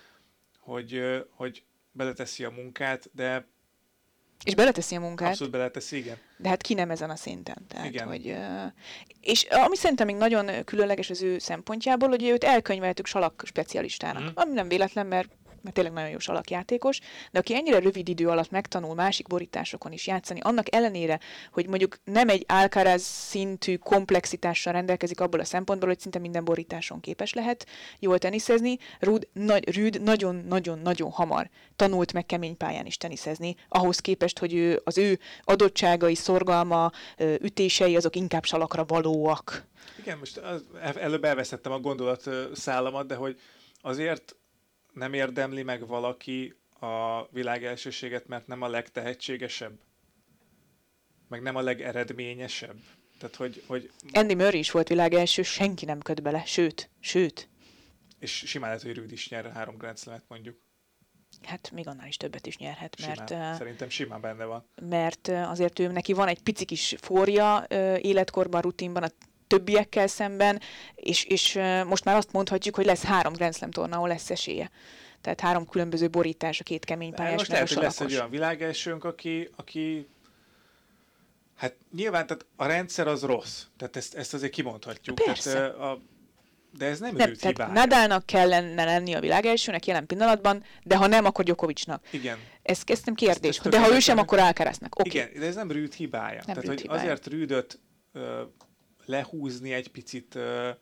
Speaker 1: hogy beleteszi a munkát, de
Speaker 2: és beleteszi a munkát.
Speaker 1: Abszolút beleteszi, igen.
Speaker 2: De hát ki nem ezen a szinten. Tehát, igen. Hogy, és ami szerintem még nagyon különleges az ő szempontjából, hogy őt elkönyveltük salak specialistának. Ami nem véletlen, mert tényleg nagyon jó salakjátékos, de aki ennyire rövid idő alatt megtanul másik borításokon is játszani, annak ellenére, hogy mondjuk nem egy Alcaraz szintű komplexitással rendelkezik abból a szempontból, hogy szinte minden borításon képes lehet jól teniszezni, Rüd nagyon-nagyon-nagyon hamar tanult meg kemény pályán is teniszezni, ahhoz képest, hogy az ő adottságai, szorgalma, ütései azok inkább salakra valóak.
Speaker 1: Igen, most előbb elveszettem a gondolat szállamat, de hogy azért nem érdemli meg valaki a világelsőséget, mert nem a legtehetségesebb? Meg nem a legeredményesebb? Tehát, hogy
Speaker 2: Andy Murray is volt világelső, senki nem köt bele, sőt.
Speaker 1: És simán lehet, hogy Rüd is nyer 3 Grand Slamet mondjuk.
Speaker 2: Hát még annál is többet is nyerhet,
Speaker 1: mert... Szerintem simán benne van.
Speaker 2: Mert azért neki van egy pici kis forja életkorban, rutinban, a többiekkel szemben, és most már azt mondhatjuk, hogy lesz 3 Grand Slam torna, ahol lesz esélye. Tehát 3 különböző borítás, a 2 kemény pályás,
Speaker 1: most lehet, hogy lesz egy olyan világelsőnk, aki hát nyilván tehát a rendszer az rossz. Tehát ezt azért kimondhatjuk.
Speaker 2: Persze.
Speaker 1: Tehát, de ez nem Rüd hibája.
Speaker 2: Nadalnak kellene lenni a világelsőnek jelen pillanatban, de ha nem, akkor Djokovicnak.
Speaker 1: Igen.
Speaker 2: Ez nem kérdés. De ha ő sem, akkor Alcaraznak. Okay.
Speaker 1: Igen, de ez nem Rüd hibája.
Speaker 2: Nem
Speaker 1: tehát,
Speaker 2: Rüd
Speaker 1: hogy
Speaker 2: hibája.
Speaker 1: Azért Rüdöt lehúzni egy picit,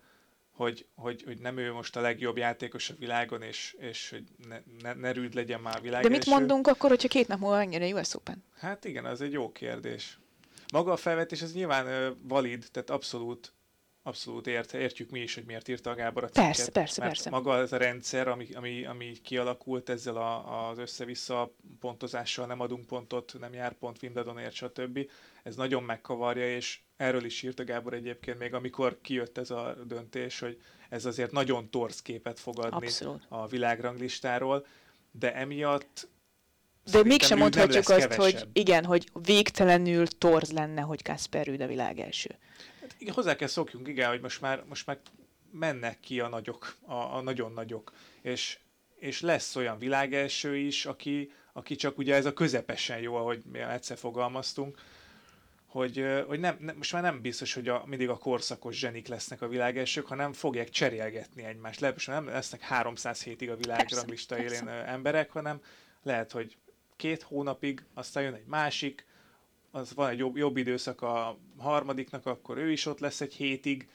Speaker 1: hogy nem ő most a legjobb játékos a világon, és hogy ne Rüd legyen már világelső.
Speaker 2: De mit mondunk akkor, hogyha 2 nap múlva megnyeri a US Open?
Speaker 1: Hát igen, az egy jó kérdés. Maga a felvetés az nyilván valid, tehát abszolút értjük mi is, hogy miért írta a Gábor a cikket.
Speaker 2: Persze.
Speaker 1: Maga ez a rendszer, ami kialakult ezzel az össze-vissza pontozással, nem adunk pontot, nem jár pont Wimbledonért, stb. Ez nagyon megkavarja, és erről is írt a Gábor egyébként még, amikor kijött ez a döntés, hogy ez azért nagyon torz képet fog adni a világranglistáról, de emiatt
Speaker 2: de mégsem mondhatjuk azt, hogy igen, hogy végtelenül torz lenne, hogy Casper Rüd a világelső.
Speaker 1: Hát, hozzá kell szokjunk, igen, hogy most már mennek ki a nagyok, a nagyon nagyok, és lesz olyan világelső is, aki csak ugye ez a közepesen jó, ahogy mi egyszer fogalmaztunk, hogy most már nem biztos, hogy mindig a korszakos zsenik lesznek a világelsők, hanem fogják cserélgetni egymást. Most nem lesznek 300 hétig a világranglista élén emberek, hanem lehet, hogy 2 hónapig, aztán jön egy másik, az van egy jobb időszak a harmadiknak, akkor ő is ott lesz egy hétig,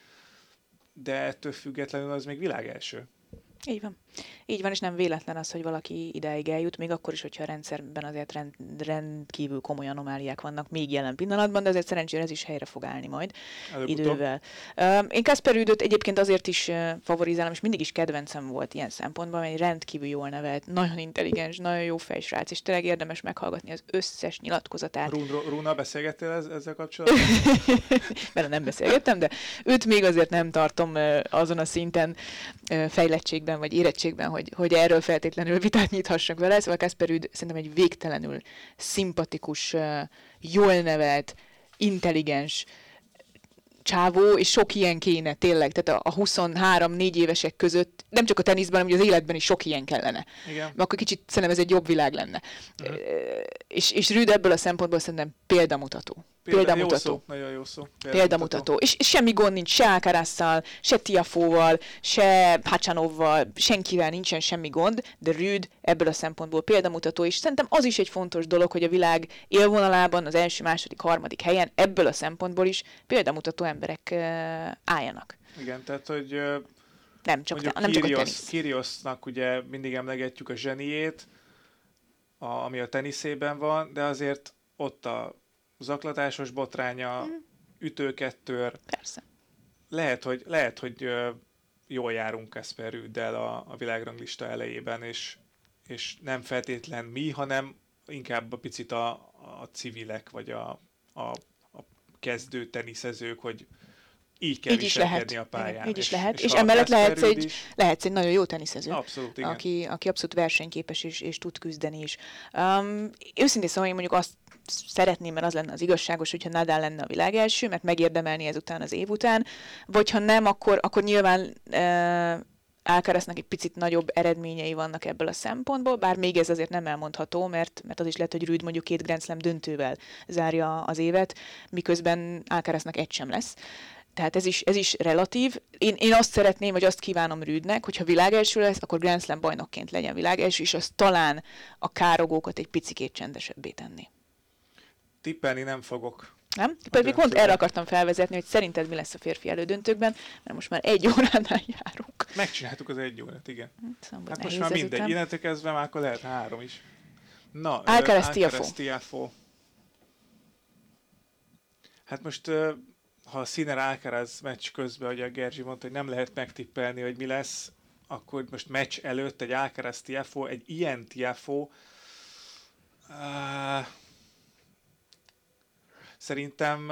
Speaker 1: de ettől függetlenül az még világelső.
Speaker 2: Így van. Így van, és nem véletlen az, hogy valaki ideig eljut, még akkor is, hogyha a rendszerben azért rendkívül komoly anomáliák vannak még jelen pillanatban, de azért szerencsére ez is helyre fog állni majd idővel. Én Casper Rüdöt egyébként azért is favorizálom, és mindig is kedvencem volt ilyen szempontban, mert egy rendkívül jól nevelt, nagyon intelligens, nagyon jó fejsrác, és tényleg érdemes meghallgatni az összes nyilatkozatát.
Speaker 1: Rúna, beszélgettél ezzel kapcsolatban?
Speaker 2: Vele nem beszélgettem, de őt még azért nem tartom azon a szinten fejlettségben vagy érettségben, hogy erről feltétlenül vitát nyithassak vele. Szóval Casper Rüd szerintem egy végtelenül szimpatikus, jól nevelt, intelligens csávó, és sok ilyen kéne tényleg. Tehát a 23-4 évesek között, nem csak a teniszben, hanem az életben is sok ilyen kellene.
Speaker 1: Igen.
Speaker 2: Mert akkor kicsit szerintem ez egy jobb világ lenne. És Rüd ebből a szempontból szerintem példamutató.
Speaker 1: Jó szó, nagyon jó szó.
Speaker 2: Példamutató. És semmi gond nincs se Alcarazzal, se Tiafóval, se Hachanovval, senkivel nincsen semmi gond, de Rüd ebből a szempontból példamutató, és szerintem az is egy fontos dolog, hogy a világ élvonalában, az első, második, harmadik helyen ebből a szempontból is példamutató emberek álljanak.
Speaker 1: Igen, tehát, hogy
Speaker 2: nem csak a tenisz.
Speaker 1: Kyrgiosnak ugye mindig emlegetjük a zseniét, ami a teniszében van, de azért ott zaklatásos botránya, ütőkettőr.
Speaker 2: Persze.
Speaker 1: Lehet, hogy jól járunk Casper Rüddel a világranglista elejében, és nem feltétlen mi, hanem inkább a picit a civilek, vagy a kezdő teniszezők, hogy így kell viselkedni a pályán.
Speaker 2: Így is lehet. És emellett lehetsz egy nagyon jó teniszező.
Speaker 1: Abszolút, igen.
Speaker 2: Aki abszolút versenyképes és tud küzdeni is. Őszintén szóval én mondjuk azt szeretném, mert az lenne az igazságos, hogyha Nadal lenne a világ első, mert megérdemelni ezután az év után, vagy ha nem, akkor nyilván Alcaraznak egy picit nagyobb eredményei vannak ebből a szempontból, bár még ez azért nem elmondható, mert az is lehet, hogy Ruud mondjuk 2 Grand Slam döntővel zárja az évet, miközben Alcaraznak egy sem lesz. Tehát ez is relatív. Én azt szeretném, vagy azt kívánom Ruudnek, hogyha világelső lesz, akkor Grand Slam bajnokként legyen világelső, és az talán a károgókat egy picikét csendesebbé tenni.
Speaker 1: Tippelni nem fogok.
Speaker 2: Nem? Pedig pont erre akartam felvezetni, hogy szerinted mi lesz a férfi elődöntőkben, mert most már 1 óránál járunk.
Speaker 1: Megcsináltuk az 1 órát, igen.
Speaker 2: Szóval
Speaker 1: hát most már mindegy, innentől kezdve már akkor lehet 3 is. Na,
Speaker 2: Alcaraz
Speaker 1: Tiafoe. Hát most, ha a Sinner Alcaraz meccs közben, hogy a Gerzsi mondta, hogy nem lehet megtippelni, hogy mi lesz, akkor most meccs előtt egy Alcaraz Tiafoe, egy ilyen Tiafoe, Szerintem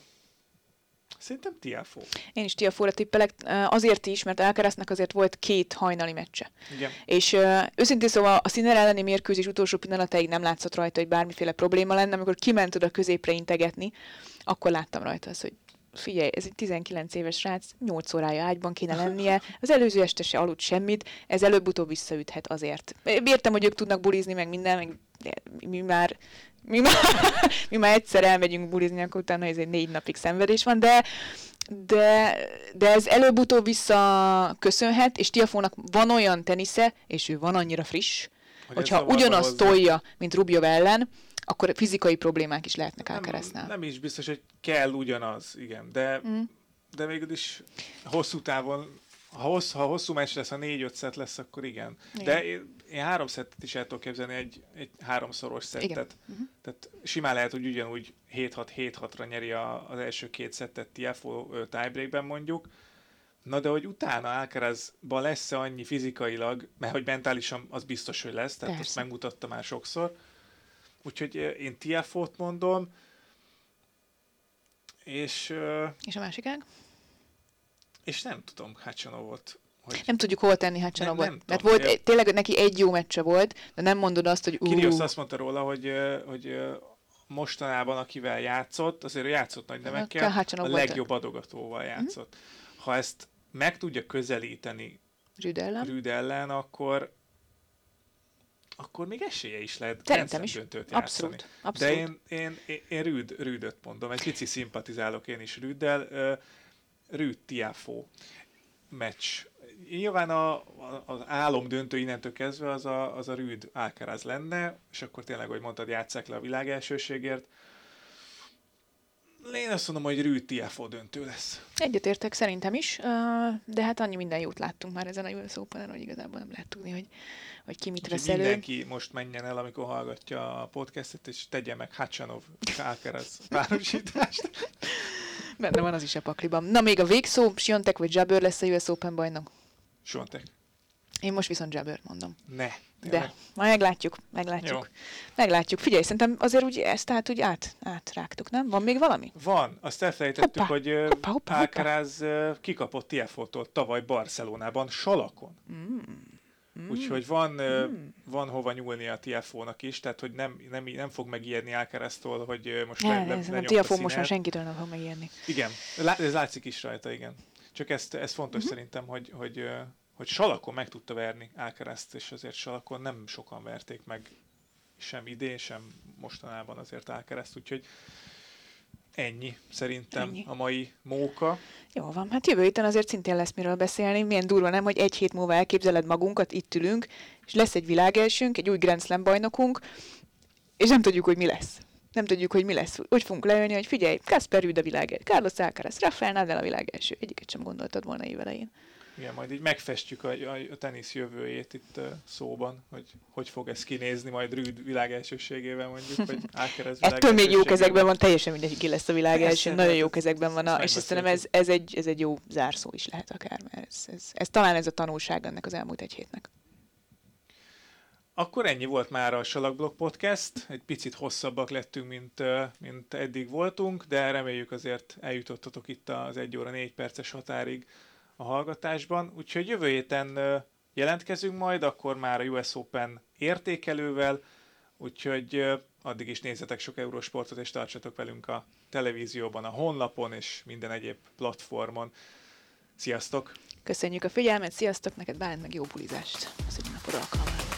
Speaker 1: Tiafoe.
Speaker 2: Én is Tiafoe-ra tippelek, azért is, mert Alcaraznak azért volt 2 hajnali meccse.
Speaker 1: Igen.
Speaker 2: És őszintén szóval a Sinner elleni mérkőzés utolsó pillanatáig nem látszott rajta, hogy bármiféle probléma lenne, amikor kiment oda középre integetni, akkor láttam rajta azt, hogy figyelj, ez egy 19 éves srác, 8 órája ágyban kéne lennie, az előző este se aludt semmit, ez előbb-utóbb visszaüthet azért. Értem, hogy ők tudnak bulizni, meg minden, meg mi már egyszer elmegyünk bulizni, akkor utána ez egy 4 napig szenvedés van, de ez előbb-utóbb visszaköszönhet, és Tiafoe-nak van olyan tenisze, és ő van annyira friss, hogyha ugyanazt tolja, mint Rublev ellen, akkor fizikai problémák is lehetnek Alcaraznál.
Speaker 1: Nem is biztos, hogy kell ugyanaz, igen, de mégis hosszú távon, ha hosszú meccs lesz, ha 4-5 szett lesz, akkor igen. De én 3 szettet is el tudok képzelni, egy 3-szoros szettet. Tehát simán lehet, hogy ugyanúgy 7-6-7-6-ra nyeri az első 2 szettet Tiafoe tiebreakben mondjuk. Na de hogy utána Alcarazban lesz-e annyi fizikailag, mert hogy mentálisan az biztos, hogy lesz, tehát ezt megmutatta már sokszor. Úgyhogy én Tiafoe-t mondom, és
Speaker 2: a másik ág?
Speaker 1: És nem tudom Khachanov-ot.
Speaker 2: Nem tudjuk hol tenni Khachanov-ot, mert volt, tényleg neki 1 jó meccse volt, de nem mondod azt, hogy
Speaker 1: Kyrgios azt mondta róla, hogy mostanában akivel játszott, azért játszott nagy nevekkel, a legjobb adogatóval játszott. Ha ezt meg tudja közelíteni Ruud ellen, akkor még esélye is lehet döntőt játszani.
Speaker 2: Abszolút.
Speaker 1: De én Ruudot mondom, egy pici szimpatizálok én is Ruuddel. Ruud Tiafoe meccs. Nyilván az álomdöntő innentől kezdve az a Ruud Alcaraz lenne, és akkor tényleg, hogy mondtad, játsszák le a világ elsőségért. Én azt mondom, hogy Ruud Tiafoe döntő lesz.
Speaker 2: Egyetértek szerintem is, de hát annyi minden jót láttunk már ezen a US Open-en, hogy igazából nem lehet tudni, hogy ki mit vesz elő.
Speaker 1: Mindenki most menjen el, amikor hallgatja a podcastet, és tegye meg Khachanov Alcaraz párosítást.
Speaker 2: Benne van az is a pakliban. Na, még a végszó, Swiatek vagy Jabeur lesz a US Open bajnok?
Speaker 1: Swiatek.
Speaker 2: Én most viszont Jabeur mondom.
Speaker 1: Ne.
Speaker 2: De, majd meglátjuk. Figyelj, szerintem azért úgy ezt úgy átrágtuk, nem? Van még valami?
Speaker 1: Van. Azt elfelejtettük, hogy Alcaraz kikapott Tiafoe-tól tavaly Barcelonában salakon. Úgyhogy van hova nyúlni a Tiafoe-nak is, tehát hogy nem fog megijedni Alcaraztól, hogy most lenyomta a
Speaker 2: Tiafoe most már senkitől nem fog megijedni.
Speaker 1: Igen, ez látszik is rajta, igen. Csak ez fontos szerintem, hogy salakon meg tudta verni Alcarazt, és azért salakon nem sokan verték meg sem idén, sem mostanában azért Alcarazt, úgyhogy ennyi szerintem a mai móka.
Speaker 2: Jó van, hát jövő héten azért szintén lesz miről beszélni. Milyen durva, nem, hogy 1 hét múlva elképzeled magunkat, itt ülünk, és lesz egy világelsőnk, egy új Grand Slam bajnokunk, és nem tudjuk, hogy mi lesz. Úgy fogunk leülni, hogy figyelj, Casper Ruud a világelső, Carlos Alcaraz, Rafael Nadal a világelső. Egyiket sem gondoltad volna évelején.
Speaker 1: Igen, majd így megfestjük a tenisz jövőjét itt szóban, hogy fog ez kinézni majd Rüd világelsőségével mondjuk, vagy Ákerez világelsőségével.
Speaker 2: Ettől még jó kezekben van, teljesen mindegy, ki lesz a világelső, nagyon jó kezekben van, és szerintem ez egy jó zárszó is lehet akár, mert ez talán ez a tanulság ennek az elmúlt egy hétnek.
Speaker 1: Akkor ennyi volt már a Salakblog Podcast, egy picit hosszabbak lettünk, mint eddig voltunk, de reméljük azért eljutottatok itt az 1 óra 4 perces határig a hallgatásban. Úgyhogy jövő héten jelentkezünk majd, akkor már a US Open értékelővel, úgyhogy addig is nézzetek sok Eurosportot, és tartsatok velünk a televízióban, a honlapon és minden egyéb platformon. Sziasztok!
Speaker 2: Köszönjük a figyelmet, sziasztok! Neked Bálint meg jó bulizást az ünnepnapod alkalmából!